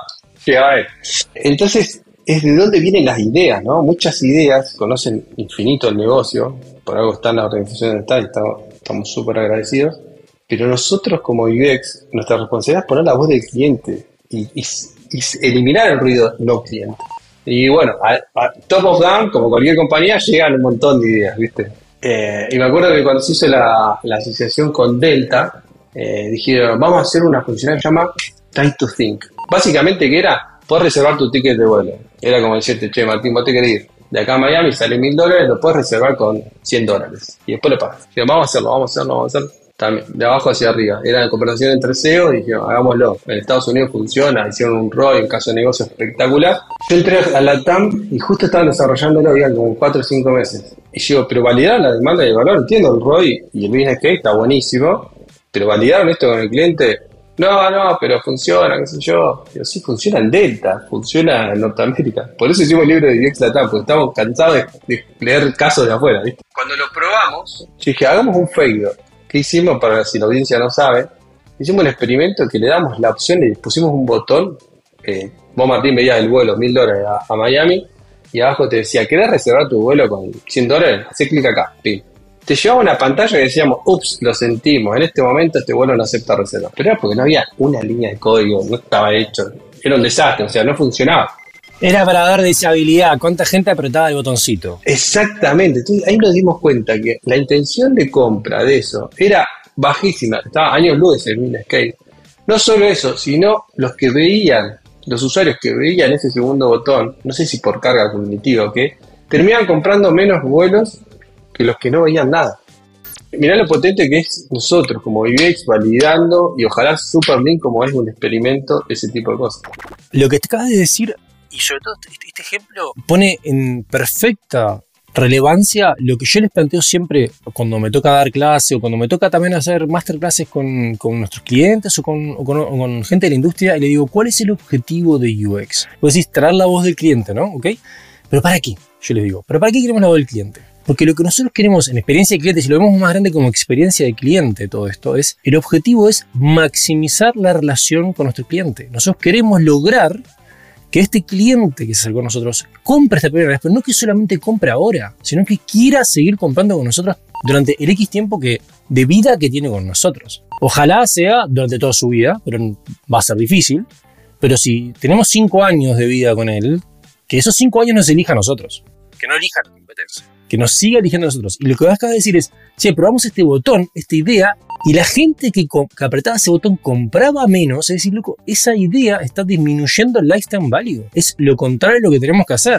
llegaba él. Entonces, es de dónde vienen las ideas, ¿no? Muchas ideas conocen infinito el negocio, por algo está en la organización donde está y estamos, estamos súper agradecidos, pero nosotros como U X, nuestra responsabilidad es poner la voz del cliente y, y, y eliminar el ruido no cliente. Y bueno, a, a top of down, como cualquier compañía, llegan un montón de ideas, ¿viste? Eh, y me acuerdo que cuando se hizo la, la asociación con Delta, eh, dijeron, vamos a hacer una funcionalidad que se llama Time to Think. Básicamente, que era, puedes reservar tu ticket de vuelo. Era como decirte, che, Martín, vos te querés ir de acá a Miami, sale mil dólares, lo puedes reservar con cien dólares. Y después lo pagas. Dijeron, vamos a hacerlo, vamos a hacerlo, vamos a hacerlo. También, de abajo hacia arriba. Era la conversación entre C E O y dijeron, hagámoslo. En Estados Unidos funciona, hicieron un R O I, un caso de negocio espectacular. Yo entré a la T A M y justo estaban desarrollándolo, habían como cuatro o cinco meses. Y digo, pero validaron la demanda y el valor, entiendo el R O I y el business case está buenísimo, pero validaron esto con el cliente. No, no, pero funciona, qué sé yo. Pero sí, funciona en Delta, funciona en Norteamérica. Por eso hicimos el libro de U X Latam, porque estamos cansados de, de leer casos de afuera, ¿viste? Cuando lo probamos, yo dije, hagamos un failure. ¿Qué hicimos? Para si la audiencia no sabe, hicimos un experimento que le damos la opción, le pusimos un botón, eh, vos Martín veías el vuelo, mil dólares a, a Miami, y abajo te decía, ¿querés reservar tu vuelo con cien dólares? Hacé clic acá, pim. Te llevaba una pantalla que decíamos, ups, lo sentimos, en este momento este vuelo no acepta reserva. Pero era porque no había una línea de código, no estaba hecho, era un desastre, o sea, no funcionaba. Era para dar deshabilidad. ¿Cuánta gente apretaba el botoncito? Exactamente. Entonces, ahí nos dimos cuenta que la intención de compra de eso era bajísima. Estaba años luz en business case. No solo eso, sino los que veían, los usuarios que veían ese segundo botón, no sé si por carga cognitiva o qué, terminaban comprando menos vuelos que los que no veían nada. Mirá lo potente que es nosotros como U X validando y ojalá Superlink como es un experimento, ese tipo de cosas. Lo que te acabas de decir, y sobre todo este, este ejemplo, pone en perfecta relevancia lo que yo les planteo siempre cuando me toca dar clase o cuando me toca también hacer masterclasses con, con nuestros clientes o con, o, con, o con gente de la industria, y le digo, ¿cuál es el objetivo de U X? Vos decís, traer la voz del cliente, ¿no? ¿Ok? ¿Pero para qué? Yo les digo, ¿pero para qué queremos la voz del cliente? Porque lo que nosotros queremos en experiencia de cliente, si lo vemos más grande como experiencia de cliente, todo esto es, el objetivo es maximizar la relación con nuestro cliente. Nosotros queremos lograr que este cliente que se acercó a nosotros compre esta primera vez, pero no que solamente compre ahora, sino que quiera seguir comprando con nosotros durante el X tiempo que, de vida que tiene con nosotros. Ojalá sea durante toda su vida, pero va a ser difícil. Pero si tenemos cinco años de vida con él, que esos cinco años nos elija a nosotros, que no elija la competencia, que nos siga eligiendo a nosotros. Y lo que vas a decir es, che, probamos este botón, esta idea, y la gente que, que apretaba ese botón compraba menos. Es decir, loco, esa idea está disminuyendo el lifetime value. Es lo contrario de lo que tenemos que hacer.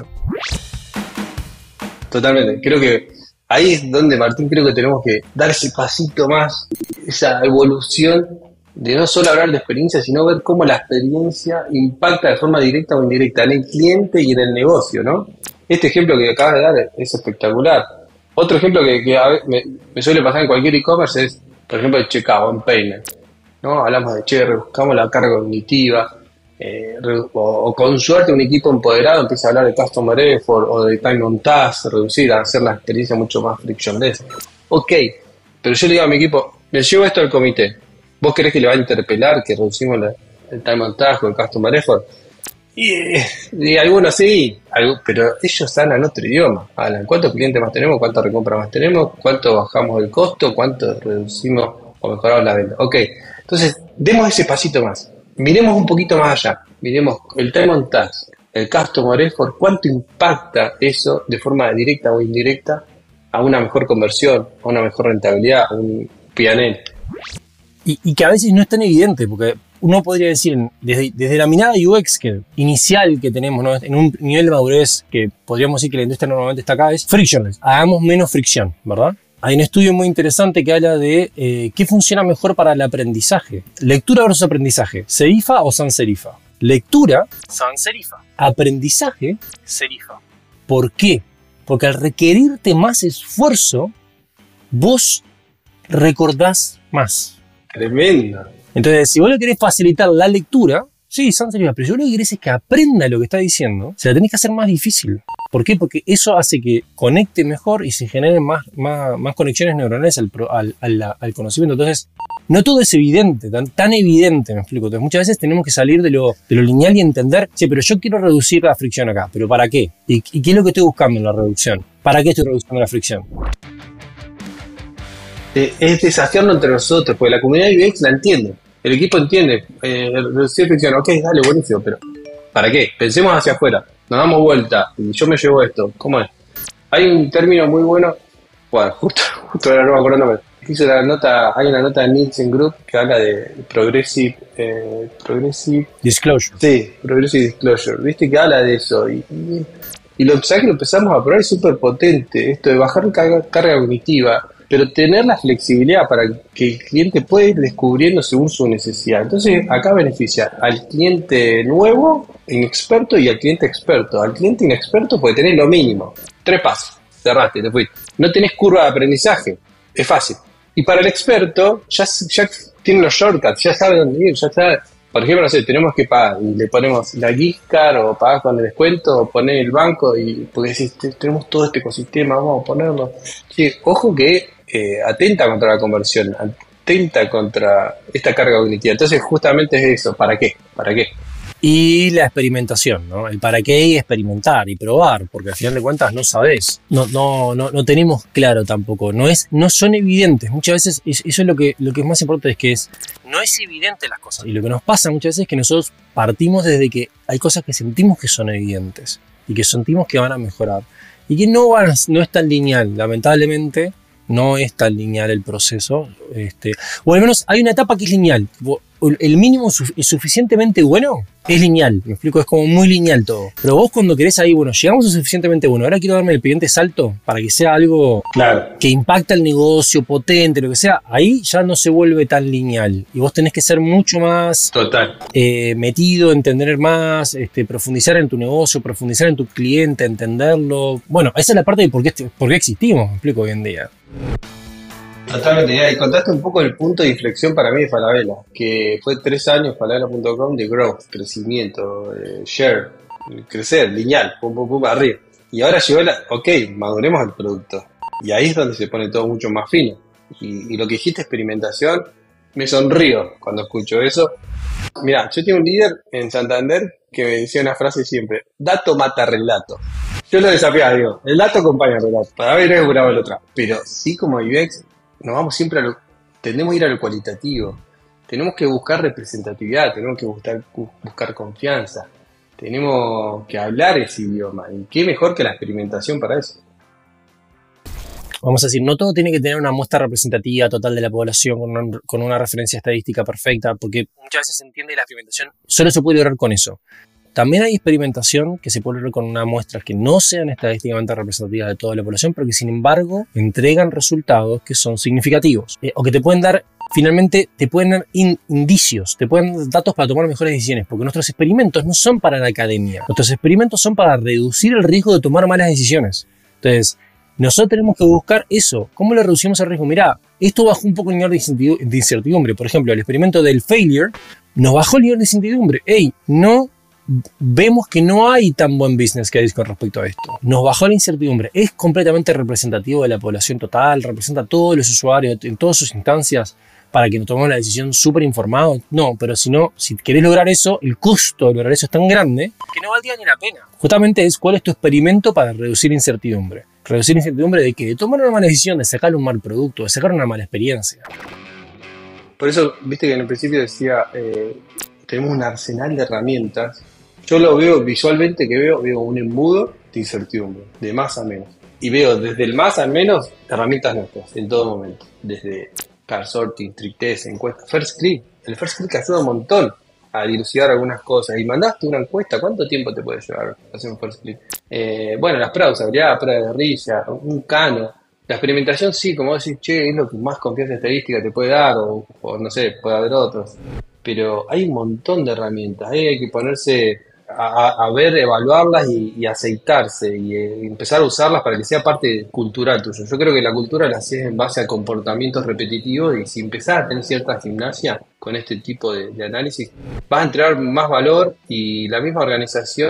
Totalmente. Creo que ahí es donde, Martín, creo que tenemos que dar ese pasito más, esa evolución de no solo hablar de experiencia, sino ver cómo la experiencia impacta de forma directa o indirecta en el cliente y en el negocio, ¿no? Este ejemplo que acabas de dar es espectacular. Otro ejemplo que, que a veces me, me suele pasar en cualquier e-commerce es, por ejemplo, el checkout en payment, ¿no? Hablamos de, che, rebuscamos la carga cognitiva, eh, o, o con suerte un equipo empoderado empieza a hablar de customer effort o de time on task, reducir, hacer la experiencia mucho más frictionless. Ok, pero yo le digo a mi equipo, le llevo esto al comité. ¿Vos querés que le va a interpelar que reducimos la, el time on task o el customer effort? Y, y algunos sí, pero ellos hablan otro idioma. Hablan cuántos clientes más tenemos, cuántas recompras más tenemos, cuánto bajamos el costo, cuánto reducimos o mejoramos la venta. Ok, entonces demos ese pasito más. Miremos un poquito más allá. Miremos el time on task, el customer effort, cuánto impacta eso de forma directa o indirecta a una mejor conversión, a una mejor rentabilidad, a un P and L. Y, y que a veces no es tan evidente, porque uno podría decir, desde, desde la mirada U X que, inicial que tenemos, ¿no? En un nivel de madurez que podríamos decir que la industria normalmente está acá, es frictionless. Hagamos menos fricción, ¿verdad? Hay un estudio muy interesante que habla de eh, qué funciona mejor para el aprendizaje. Lectura versus aprendizaje. ¿Serifa o sans serifa? Lectura, sans serifa. Aprendizaje, serifa. ¿Por qué? Porque al requerirte más esfuerzo, vos recordás más. Tremendo. Entonces, si vos le querés facilitar la lectura, sí, sans serifa, pero si vos lo que querés es que aprenda lo que está diciendo, se la tenés que hacer más difícil. ¿Por qué? Porque eso hace que conecte mejor y se generen más, más, más conexiones neuronales al, al, al, al conocimiento. Entonces, no todo es evidente, tan, tan evidente, me explico. Entonces, muchas veces tenemos que salir de lo, de lo lineal y entender, che, pero yo quiero reducir la fricción acá, ¿pero para qué? ¿Y, y qué es lo que estoy buscando en la reducción? ¿Para qué estoy reduciendo la fricción? Es desafiarnos entre nosotros, porque la comunidad U X la entiende. El equipo entiende. Eh, reducir fricción, ok, dale, buenísimo, pero ¿para qué? Pensemos hacia afuera. Nos damos vuelta y yo me llevo esto. ¿Cómo es? Hay un término muy bueno. Bueno, justo, justo ahora no me acuerdo, pero hizo la nota, hay una nota de Nielsen Group que habla de Progressive, eh, Progressive Disclosure. Sí, Progressive Disclosure. Viste que habla de eso. Y, y, y lo, ¿sabes que lo empezamos a probar? Es súper potente. Esto de bajar carga, carga cognitiva, pero tener la flexibilidad para que el cliente pueda ir descubriendo según su necesidad. Entonces, acá beneficia al cliente nuevo, inexperto, y al cliente experto. Al cliente inexperto puede tener lo mínimo. Tres pasos. Cerraste, te fuiste. No tenés curva de aprendizaje. Es fácil. Y para el experto, ya, ya tiene los shortcuts, ya sabe dónde ir, ya sabe. Por ejemplo, no sé, tenemos que pagar y le ponemos la gift card o pagar con el descuento o poner el banco y porque decís, tenemos todo este ecosistema, vamos a ponerlo. Sí, ojo que eh, atenta contra la conversión, atenta contra esta carga cognitiva. Entonces, justamente es eso, ¿para qué? ¿Para qué? Y la experimentación, ¿no? El para qué y experimentar y probar, porque al final de cuentas no sabés, no, no, no, no tenemos claro tampoco, no es, no son evidentes. Muchas veces es, eso es lo que, lo que es más importante, es que es, no es evidente las cosas. Y lo que nos pasa muchas veces es que nosotros partimos desde que hay cosas que sentimos que son evidentes y que sentimos que van a mejorar y que no van, no es tan lineal, lamentablemente. No es tan lineal el proceso, este, o al menos hay una etapa que es lineal. El mínimo es suficientemente bueno, es lineal, me explico, es como muy lineal todo. Pero vos cuando querés ahí, bueno, llegamos a suficientemente bueno, ahora quiero darme el siguiente salto para que sea algo claro, que impacta el negocio, potente, lo que sea, ahí ya no se vuelve tan lineal. Y vos tenés que ser mucho más total eh, metido, entender más, este, profundizar en tu negocio, profundizar en tu cliente, entenderlo. Bueno, esa es la parte de por qué, por qué existimos, me explico hoy en día. Totalmente, y contaste un poco el punto de inflexión para mí de Falabella, que fue tres años Falabella punto com de growth, crecimiento, eh, share, crecer, lineal, pum pum pum, arriba. Y ahora llegó la, ok, maduremos el producto. Y ahí es donde se pone todo mucho más fino. Y, y lo que dijiste, experimentación, me sonrío cuando escucho eso. Mirá, yo tengo un líder en Santander que me decía una frase siempre, dato mata relato. Yo lo desafiaba, digo, el dato acompaña al relato, para ver es bravo el otro. Pero sí, como U X, nos vamos siempre a lo, tendemos a ir a lo cualitativo, tenemos que buscar representatividad, tenemos que buscar, buscar confianza, tenemos que hablar ese idioma, y qué mejor que la experimentación para eso. Vamos a decir, no todo tiene que tener una muestra representativa total de la población con una, con una referencia estadística perfecta, porque muchas veces se entiende la experimentación solo se puede lograr con eso. También hay experimentación que se puede lograr con una muestra que no sean estadísticamente representativas de toda la población, pero que sin embargo entregan resultados que son significativos, eh, o que te pueden dar, finalmente, te pueden dar in, indicios, te pueden dar datos para tomar mejores decisiones, porque nuestros experimentos no son para la academia, nuestros experimentos son para reducir el riesgo de tomar malas decisiones. Entonces, nosotros tenemos que buscar eso. ¿Cómo le reducimos el riesgo? Mirá, esto bajó un poco el nivel de incertidumbre. Por ejemplo, el experimento del failure nos bajó el nivel de incertidumbre. Ey, no vemos que no hay tan buen business case con respecto a esto. Nos bajó la incertidumbre. Es completamente representativo de la población total, representa a todos los usuarios en todas sus instancias para que nos tomemos la decisión súper informados. No, pero si no, si querés lograr eso, el costo de lograr eso es tan grande que no valdría ni la pena. Justamente es cuál es tu experimento para reducir incertidumbre. Reducir incertidumbre de qué? De tomar una mala decisión, de sacar un mal producto, de sacar una mala experiencia. Por eso, viste que en el principio decía, eh, tenemos un arsenal de herramientas. Yo lo veo visualmente, que veo, veo un embudo de incertidumbre, de más a menos. Y veo desde el más al menos herramientas nuestras, en todo momento. Desde car sorting, trick test, encuestas, first click. El first click ayuda un montón a dilucidar algunas cosas. Y mandaste una encuesta, ¿cuánto tiempo te puede llevar hacer un first click? Eh, bueno, las pruebas de usabilidad, pruebas de guerrilla, un cano. La experimentación sí, como decís, che, es lo que más confianza estadística te puede dar, o, o no sé, puede haber otros. Pero hay un montón de herramientas, ¿eh? Hay que ponerse a, a ver, evaluarlas y, y aceitarse y eh, empezar a usarlas para que sea parte cultural tuyo. Yo creo que la cultura la haces en base a comportamientos repetitivos y si empezás a tener cierta gimnasia con este tipo de, de análisis, vas a entregar más valor y la misma organización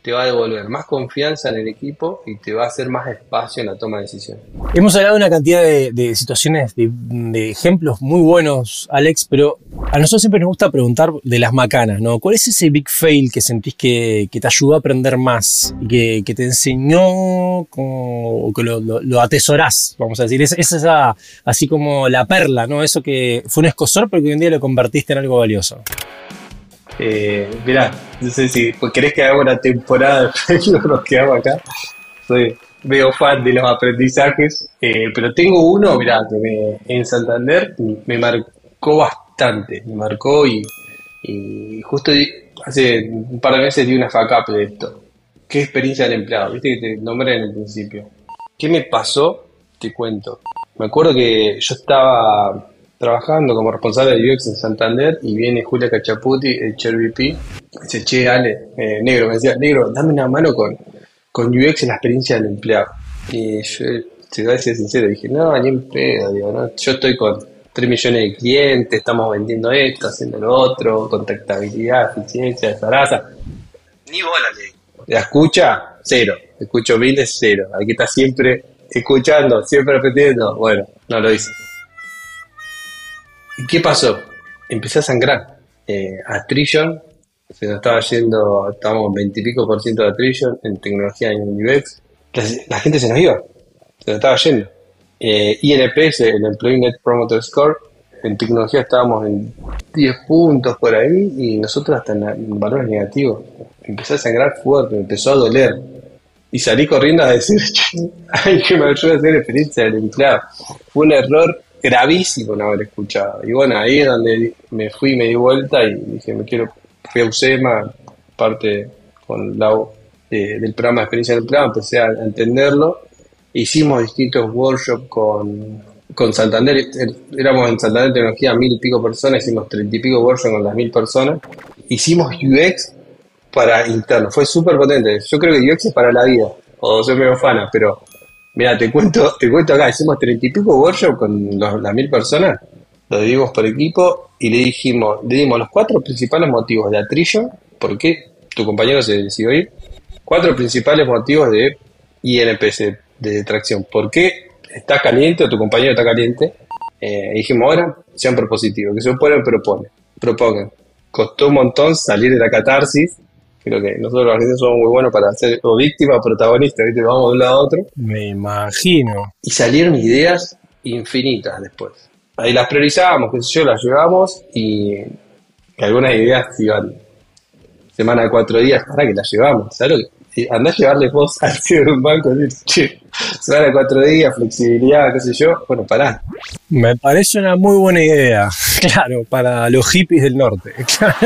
te va a devolver más confianza en el equipo y te va a hacer más espacio en la toma de decisiones. Hemos hablado de una cantidad de, de situaciones, de, de ejemplos muy buenos, Alex, pero a nosotros siempre nos gusta preguntar de las macanas, ¿no? ¿Cuál es ese big fail que sentís que, que te ayudó a aprender más y que, que te enseñó como, o que lo, lo, lo atesorás, vamos a decir? Es, es esa, así como la perla, ¿no? Eso que fue un escozor, pero que hoy en día lo convertiste en algo valioso. Eh, mirá, no sé si pues, querés que hagamos una temporada de nos quedamos acá. Soy medio fan de los aprendizajes, eh, pero tengo uno, mirá, que me, en Santander me marcó bastante, me marcó y, y justo di- hace un par de meses di una fuck up de esto. ¿Qué experiencia del empleado? Viste que te nombré en el principio. ¿Qué me pasó? Te cuento. Me acuerdo que yo estaba trabajando como responsable de U X en Santander y viene Julia Cachaputi, el Chair V P, y dice, che, Ale, eh, negro, me decía, negro, dame una mano con, con U X en la experiencia del empleado. Y yo, te voy a ser sincero, dije, no, ni en pedo, digo, ¿no? Yo estoy con tres millones de clientes, estamos vendiendo esto, haciendo lo otro, contactabilidad, eficiencia, zaraza. Ni bola le digo. La escucha, cero. Escucho miles, cero. Aquí está siempre escuchando, siempre repitiendo. Bueno, no lo hice. ¿Y qué pasó? Empecé a sangrar. Eh, attrition, se nos estaba yendo, estábamos veintipico por ciento de attrition en tecnología y en U X. La, la gente se nos iba, se nos estaba yendo. Eh, I N P S, el Employee Net Promoter Score, en tecnología estábamos en diez puntos por ahí y nosotros hasta en, en valores negativos. Empecé a sangrar fuerte, me empezó a doler. Y salí corriendo a decir, ay, que me ayude a hacer experiencia del empleado. Fue un error gravísimo no haber escuchado. Y bueno, ahí es donde me fui, me di vuelta y dije, me quiero, fui a USEMA, parte con la eh, del programa de experiencia del empleado, empecé a entenderlo. Hicimos distintos workshops con, con Santander, éramos en Santander Tecnología mil y pico personas, hicimos treinta y pico workshops con las mil personas. Hicimos U X para internos, fue súper potente. Yo creo que U X es para la vida, o soy medio fana, pero mira, te cuento, te cuento acá, hicimos treinta y pico workshops con los, las mil personas, lo dividimos por equipo y le dijimos, le dimos los cuatro principales motivos de attrition, por qué tu compañero se decidió ir, cuatro principales motivos de I N P S, de tracción, por qué está caliente o tu compañero está caliente, eh, y dijimos, ahora sean propositivos, que se oponen, proponen, propongan. Costó un montón salir de la catarsis. Creo que nosotros los argentinos somos muy buenos para ser o víctima o protagonista, ¿viste? Vamos de un lado a otro. Me imagino. Y salieron ideas infinitas después. Ahí las priorizábamos, qué sé yo, las llevábamos y algunas ideas iban semana de cuatro días, para que las llevamos, ¿sabes lo que? Y andá a llevarle vos al C E O de un banco y decir, che, semana de cuatro días, flexibilidad, qué sé yo, bueno, pará. Me parece una muy buena idea, claro, para los hippies del norte.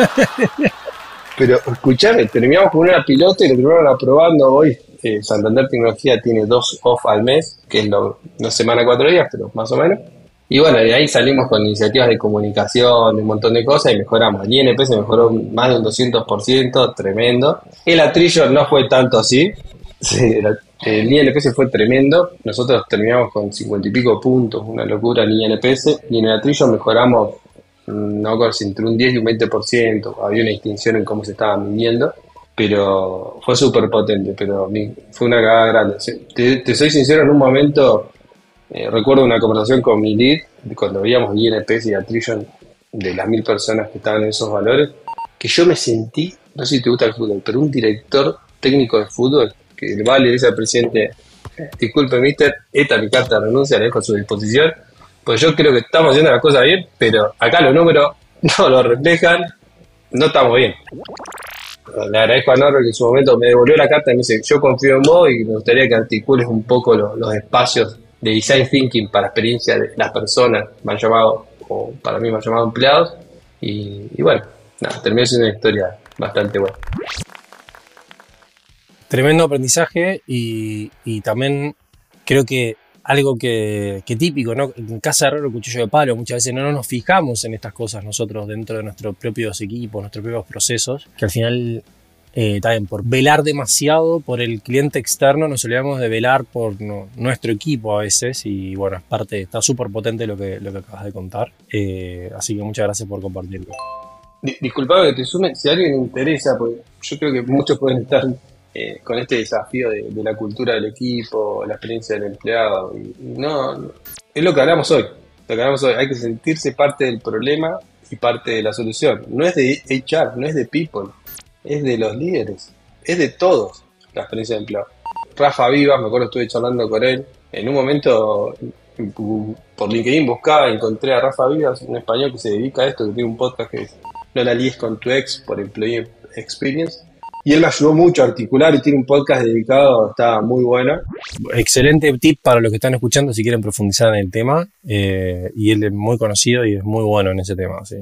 Pero escuchame, terminamos con una pilota y lo terminaron aprobando hoy. Eh, Santander Tecnología tiene dos off al mes, que es lo, no semana cuatro días, pero más o menos. Y bueno, de ahí salimos con iniciativas de comunicación, un montón de cosas y mejoramos. El I N P se mejoró más de un doscientos por ciento, tremendo. El attrition no fue tanto así. Sí, el, el I N P S fue tremendo. Nosotros terminamos con cincuenta y pico puntos, una locura en I N P S. Y en el attrition mejoramos, no sé, entre un diez y un veinte por ciento. Había una distinción en cómo se estaban midiendo. Pero fue súper potente, pero fue una cagada grande. Te, te soy sincero, en un momento... Eh, recuerdo una conversación con mi lead cuando veíamos I N P S y attrition de las mil personas que estaban en esos valores, que yo me sentí, no sé si te gusta el fútbol, pero un director técnico de fútbol que le va, le dice al presidente, disculpe mister, esta es mi carta de renuncia, la dejo a su disposición, pues yo creo que estamos haciendo las cosas bien, pero acá los números no lo reflejan, no estamos bien. Le agradezco a Norbert que en su momento me devolvió la carta y me dice, yo confío en vos y me gustaría que articules un poco los, los espacios de design thinking para experiencia de las personas, me han llamado, o para mí me han llamado empleados, y, y bueno, nada, terminó siendo una historia bastante buena. Tremendo aprendizaje y, y también creo que algo que, que típico, ¿no? En casa de herrero, cuchillo de palo, muchas veces no nos fijamos en estas cosas nosotros dentro de nuestros propios equipos, nuestros propios procesos, que al final... Eh, también por velar demasiado por el cliente externo nos olvidamos de velar por no, nuestro equipo a veces y bueno, es parte, está súper potente lo que, lo que acabas de contar, eh, así que muchas gracias por compartirlo. Disculpame que te sume, si a alguien le interesa, porque yo creo que muchos pueden estar eh, con este desafío de, de la cultura del equipo, la experiencia del empleado. Y, y no, no, es lo que hablamos hoy. Lo que hablamos hoy, hay que sentirse parte del problema y parte de la solución. No es de H R, no es de people, es de los líderes, es de todos la experiencia del empleado. Rafa Vivas, me acuerdo, estuve charlando con él. En un momento, por LinkedIn buscaba, encontré a Rafa Vivas, un español que se dedica a esto, que tiene un podcast que es No la líes con tu ex por Employee Experience. Y él me ayudó mucho a articular y tiene un podcast dedicado, está muy bueno. Excelente tip para los que están escuchando si quieren profundizar en el tema. Eh, y él es muy conocido y es muy bueno en ese tema. ¿Sí?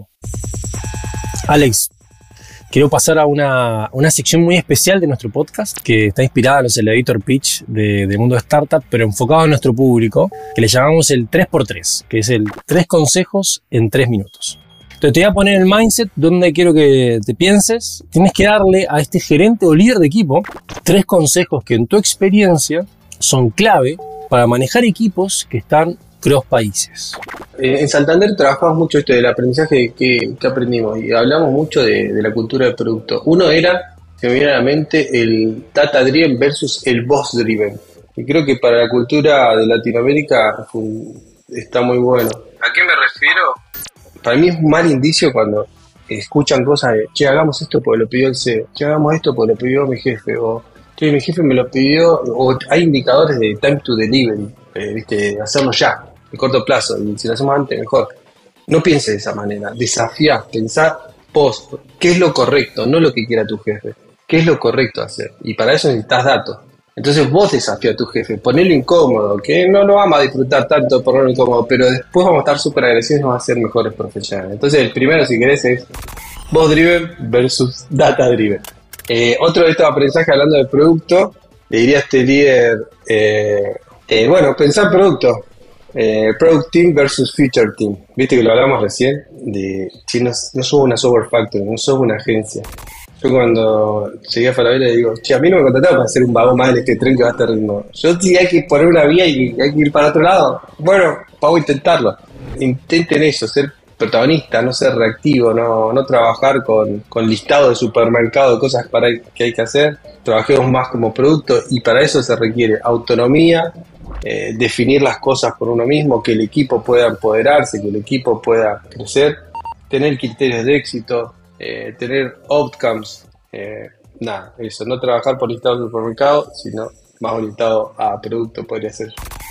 Alex, quiero pasar a una, una sección muy especial de nuestro podcast que está inspirada en los elevator pitch de, de Mundo Startup, pero enfocado a nuestro público, que le llamamos el tres por tres, que es el tres consejos en tres minutos. Entonces te voy a poner el mindset donde quiero que te pienses. Tienes que darle a este gerente o líder de equipo tres consejos que en tu experiencia son clave para manejar equipos que están cross países. Eh, en Santander trabajamos mucho esto del aprendizaje que, que aprendimos y hablamos mucho de, de la cultura del producto. Uno era, se me viene a la mente, el data driven versus el boss driven. Y creo que para la cultura de Latinoamérica fue un, está muy bueno. ¿A qué me refiero? Para mí es un mal indicio cuando escuchan cosas de, che, hagamos esto porque lo pidió el C E O, che, hagamos esto porque lo pidió mi jefe, o che, mi jefe me lo pidió, o hay indicadores de time to delivery, eh, viste, hacerlo ya, de corto plazo, y si lo hacemos antes, mejor. No pienses de esa manera, desafía, pensá vos, qué es lo correcto, no lo que quiera tu jefe, qué es lo correcto hacer, y para eso necesitas datos. Entonces vos desafía a tu jefe, ponelo incómodo, que no lo vamos a disfrutar tanto ponerlo incómodo, pero después vamos a estar súper agresivos y vamos a ser mejores profesionales. Entonces el primero, si querés, es boss driven versus data driven. Eh, otro de estos aprendizajes hablando del producto, le diría a este líder, eh, eh, bueno, pensar producto, eh, product team versus feature team. Viste que lo hablamos recién, de si no, no sos una software factory, no sos una agencia. Yo cuando llegué a Falabella le digo, che, a mí no me contrataron para hacer un vagón más en este tren que va a este ritmo. Yo sí hay que poner una vía y hay que ir para otro lado. Bueno, vamos a intentarlo. Intenten eso, ser protagonista, no ser reactivo, no, no trabajar con, con listado de supermercado de cosas para que hay que hacer. Trabajemos más como producto y para eso se requiere autonomía, eh, definir las cosas por uno mismo, que el equipo pueda empoderarse, que el equipo pueda crecer, tener criterios de éxito. Eh, tener outcomes, eh, nada, eso, no trabajar por listado de supermercado, sino más orientado a producto podría ser.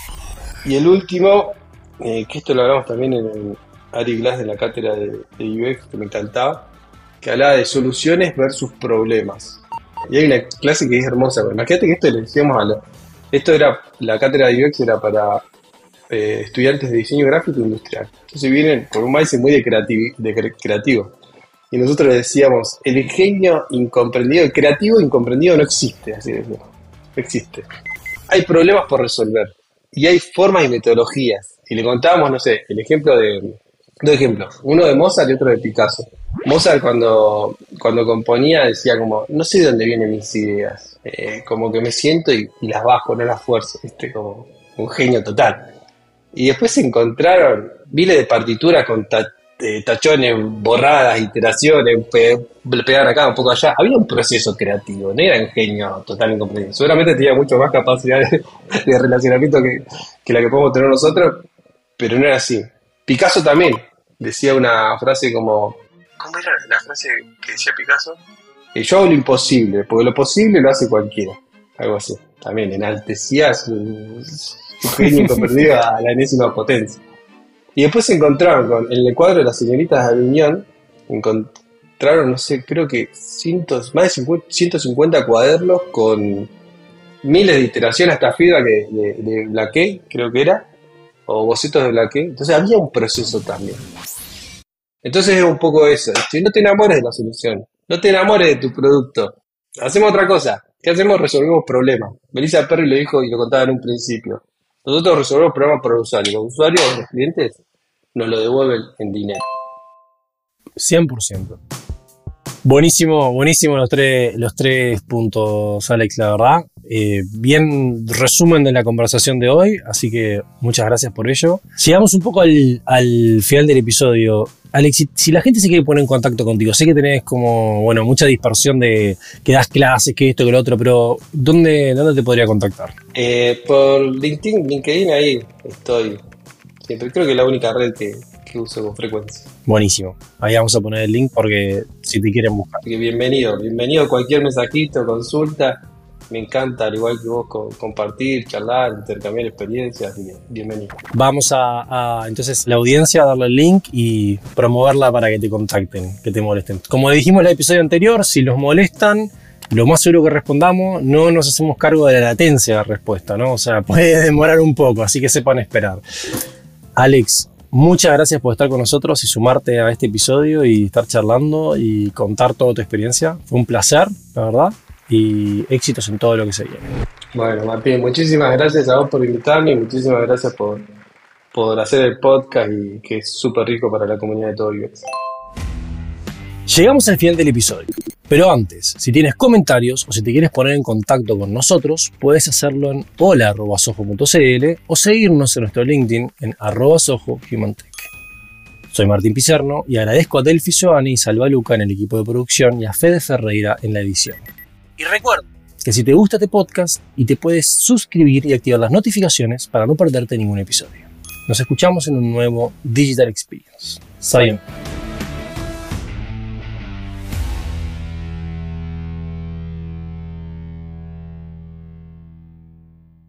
Y el último, eh, que esto lo hablamos también en el Ari Glass de la cátedra de, de U X, que me encantaba, que hablaba de soluciones versus problemas. Y hay una clase que es hermosa, pero imagínate que esto le decíamos a la, esto era, la cátedra de U X era para eh, estudiantes de diseño gráfico industrial. Entonces vienen por un mindset muy de, creativi, de cre, creativo. Y nosotros le decíamos, el ingenio incomprendido, el creativo incomprendido no existe, así decimos, no existe. Hay problemas por resolver y hay formas y metodologías. Y le contábamos, no sé, el ejemplo de, dos ejemplos, uno de Mozart y otro de Picasso. Mozart cuando, cuando componía decía como, no sé de dónde vienen mis ideas, eh, como que me siento y, y las bajo, no las fuerzo, ¿viste? Como un genio total. Y después se encontraron miles de partituras con ta- tachones, borradas, iteraciones, pe- pegar acá, un poco allá. Había un proceso creativo, no era un genio total incomprendido. Seguramente tenía mucho más capacidad de, de relacionamiento que, que la que podemos tener nosotros, pero no era así. Picasso también decía una frase como, ¿cómo era la frase que decía Picasso? Eh, yo hago lo imposible, porque lo posible lo hace cualquiera. Algo así. También enaltecía su, su genio incomprendido a la enésima potencia. Y después se encontraron con, en el cuadro de las señoritas de Aviñón, encontraron, no sé, creo que cientos, más de cincuenta, ciento cincuenta cuadernos con miles de iteraciones, hasta feedback de, de, de Blackey, creo que era, o bocetos de Blackey. Entonces había un proceso también. Entonces es un poco eso. Si no te enamores de la solución, no te enamores de tu producto, hacemos otra cosa. ¿Qué hacemos? Resolvemos problemas. Melissa Perry lo dijo y lo contaba en un principio. Nosotros resolvemos problemas por el usuario. Los usuarios, los clientes, nos lo devuelven en dinero. cien por ciento. Buenísimo, buenísimo los tres, los tres puntos, Alex, la verdad. Eh, bien resumen de la conversación de hoy, así que muchas gracias por ello. Llegamos un poco al, al final del episodio. Alex, si, si la gente se quiere poner en contacto contigo, sé que tenés como, bueno, mucha dispersión de que das clases, que esto, que lo otro, pero ¿dónde, dónde te podría contactar? Eh, por LinkedIn, LinkedIn ahí estoy siempre. Creo que es la única red que, que uso con frecuencia. Buenísimo. Ahí vamos a poner el link porque si te quieren buscar. Así que bienvenido, bienvenido a cualquier mensajito, consulta. Me encanta, al igual que vos, co- compartir, charlar, intercambiar experiencias. Así que bienvenido. Vamos a, a, entonces, la audiencia a darle el link y promoverla para que te contacten, que te molesten. Como dijimos en el episodio anterior, si los molestan, lo más seguro que respondamos, no nos hacemos cargo de la latencia de la respuesta, ¿no? O sea, puede demorar un poco, así que sepan esperar. Alex, muchas gracias por estar con nosotros y sumarte a este episodio y estar charlando y contar toda tu experiencia. Fue un placer, la verdad, y éxitos en todo lo que se viene. Bueno, Martín, muchísimas gracias a vos por invitarme y muchísimas gracias por, por hacer el podcast y que es súper rico para la comunidad de todo U X. Llegamos al final del episodio, pero antes, si tienes comentarios o si te quieres poner en contacto con nosotros, puedes hacerlo en hola arroba soho punto cl o seguirnos en nuestro LinkedIn en arroba soho humantech. Soy Martín Pizarno y agradezco a Delphi Soani y Salva Luca en el equipo de producción y a Fede Ferreira en la edición. Y recuerda que si te gusta este podcast y te puedes suscribir y activar las notificaciones para no perderte ningún episodio. Nos escuchamos en un nuevo Digital Experience. Sayonara.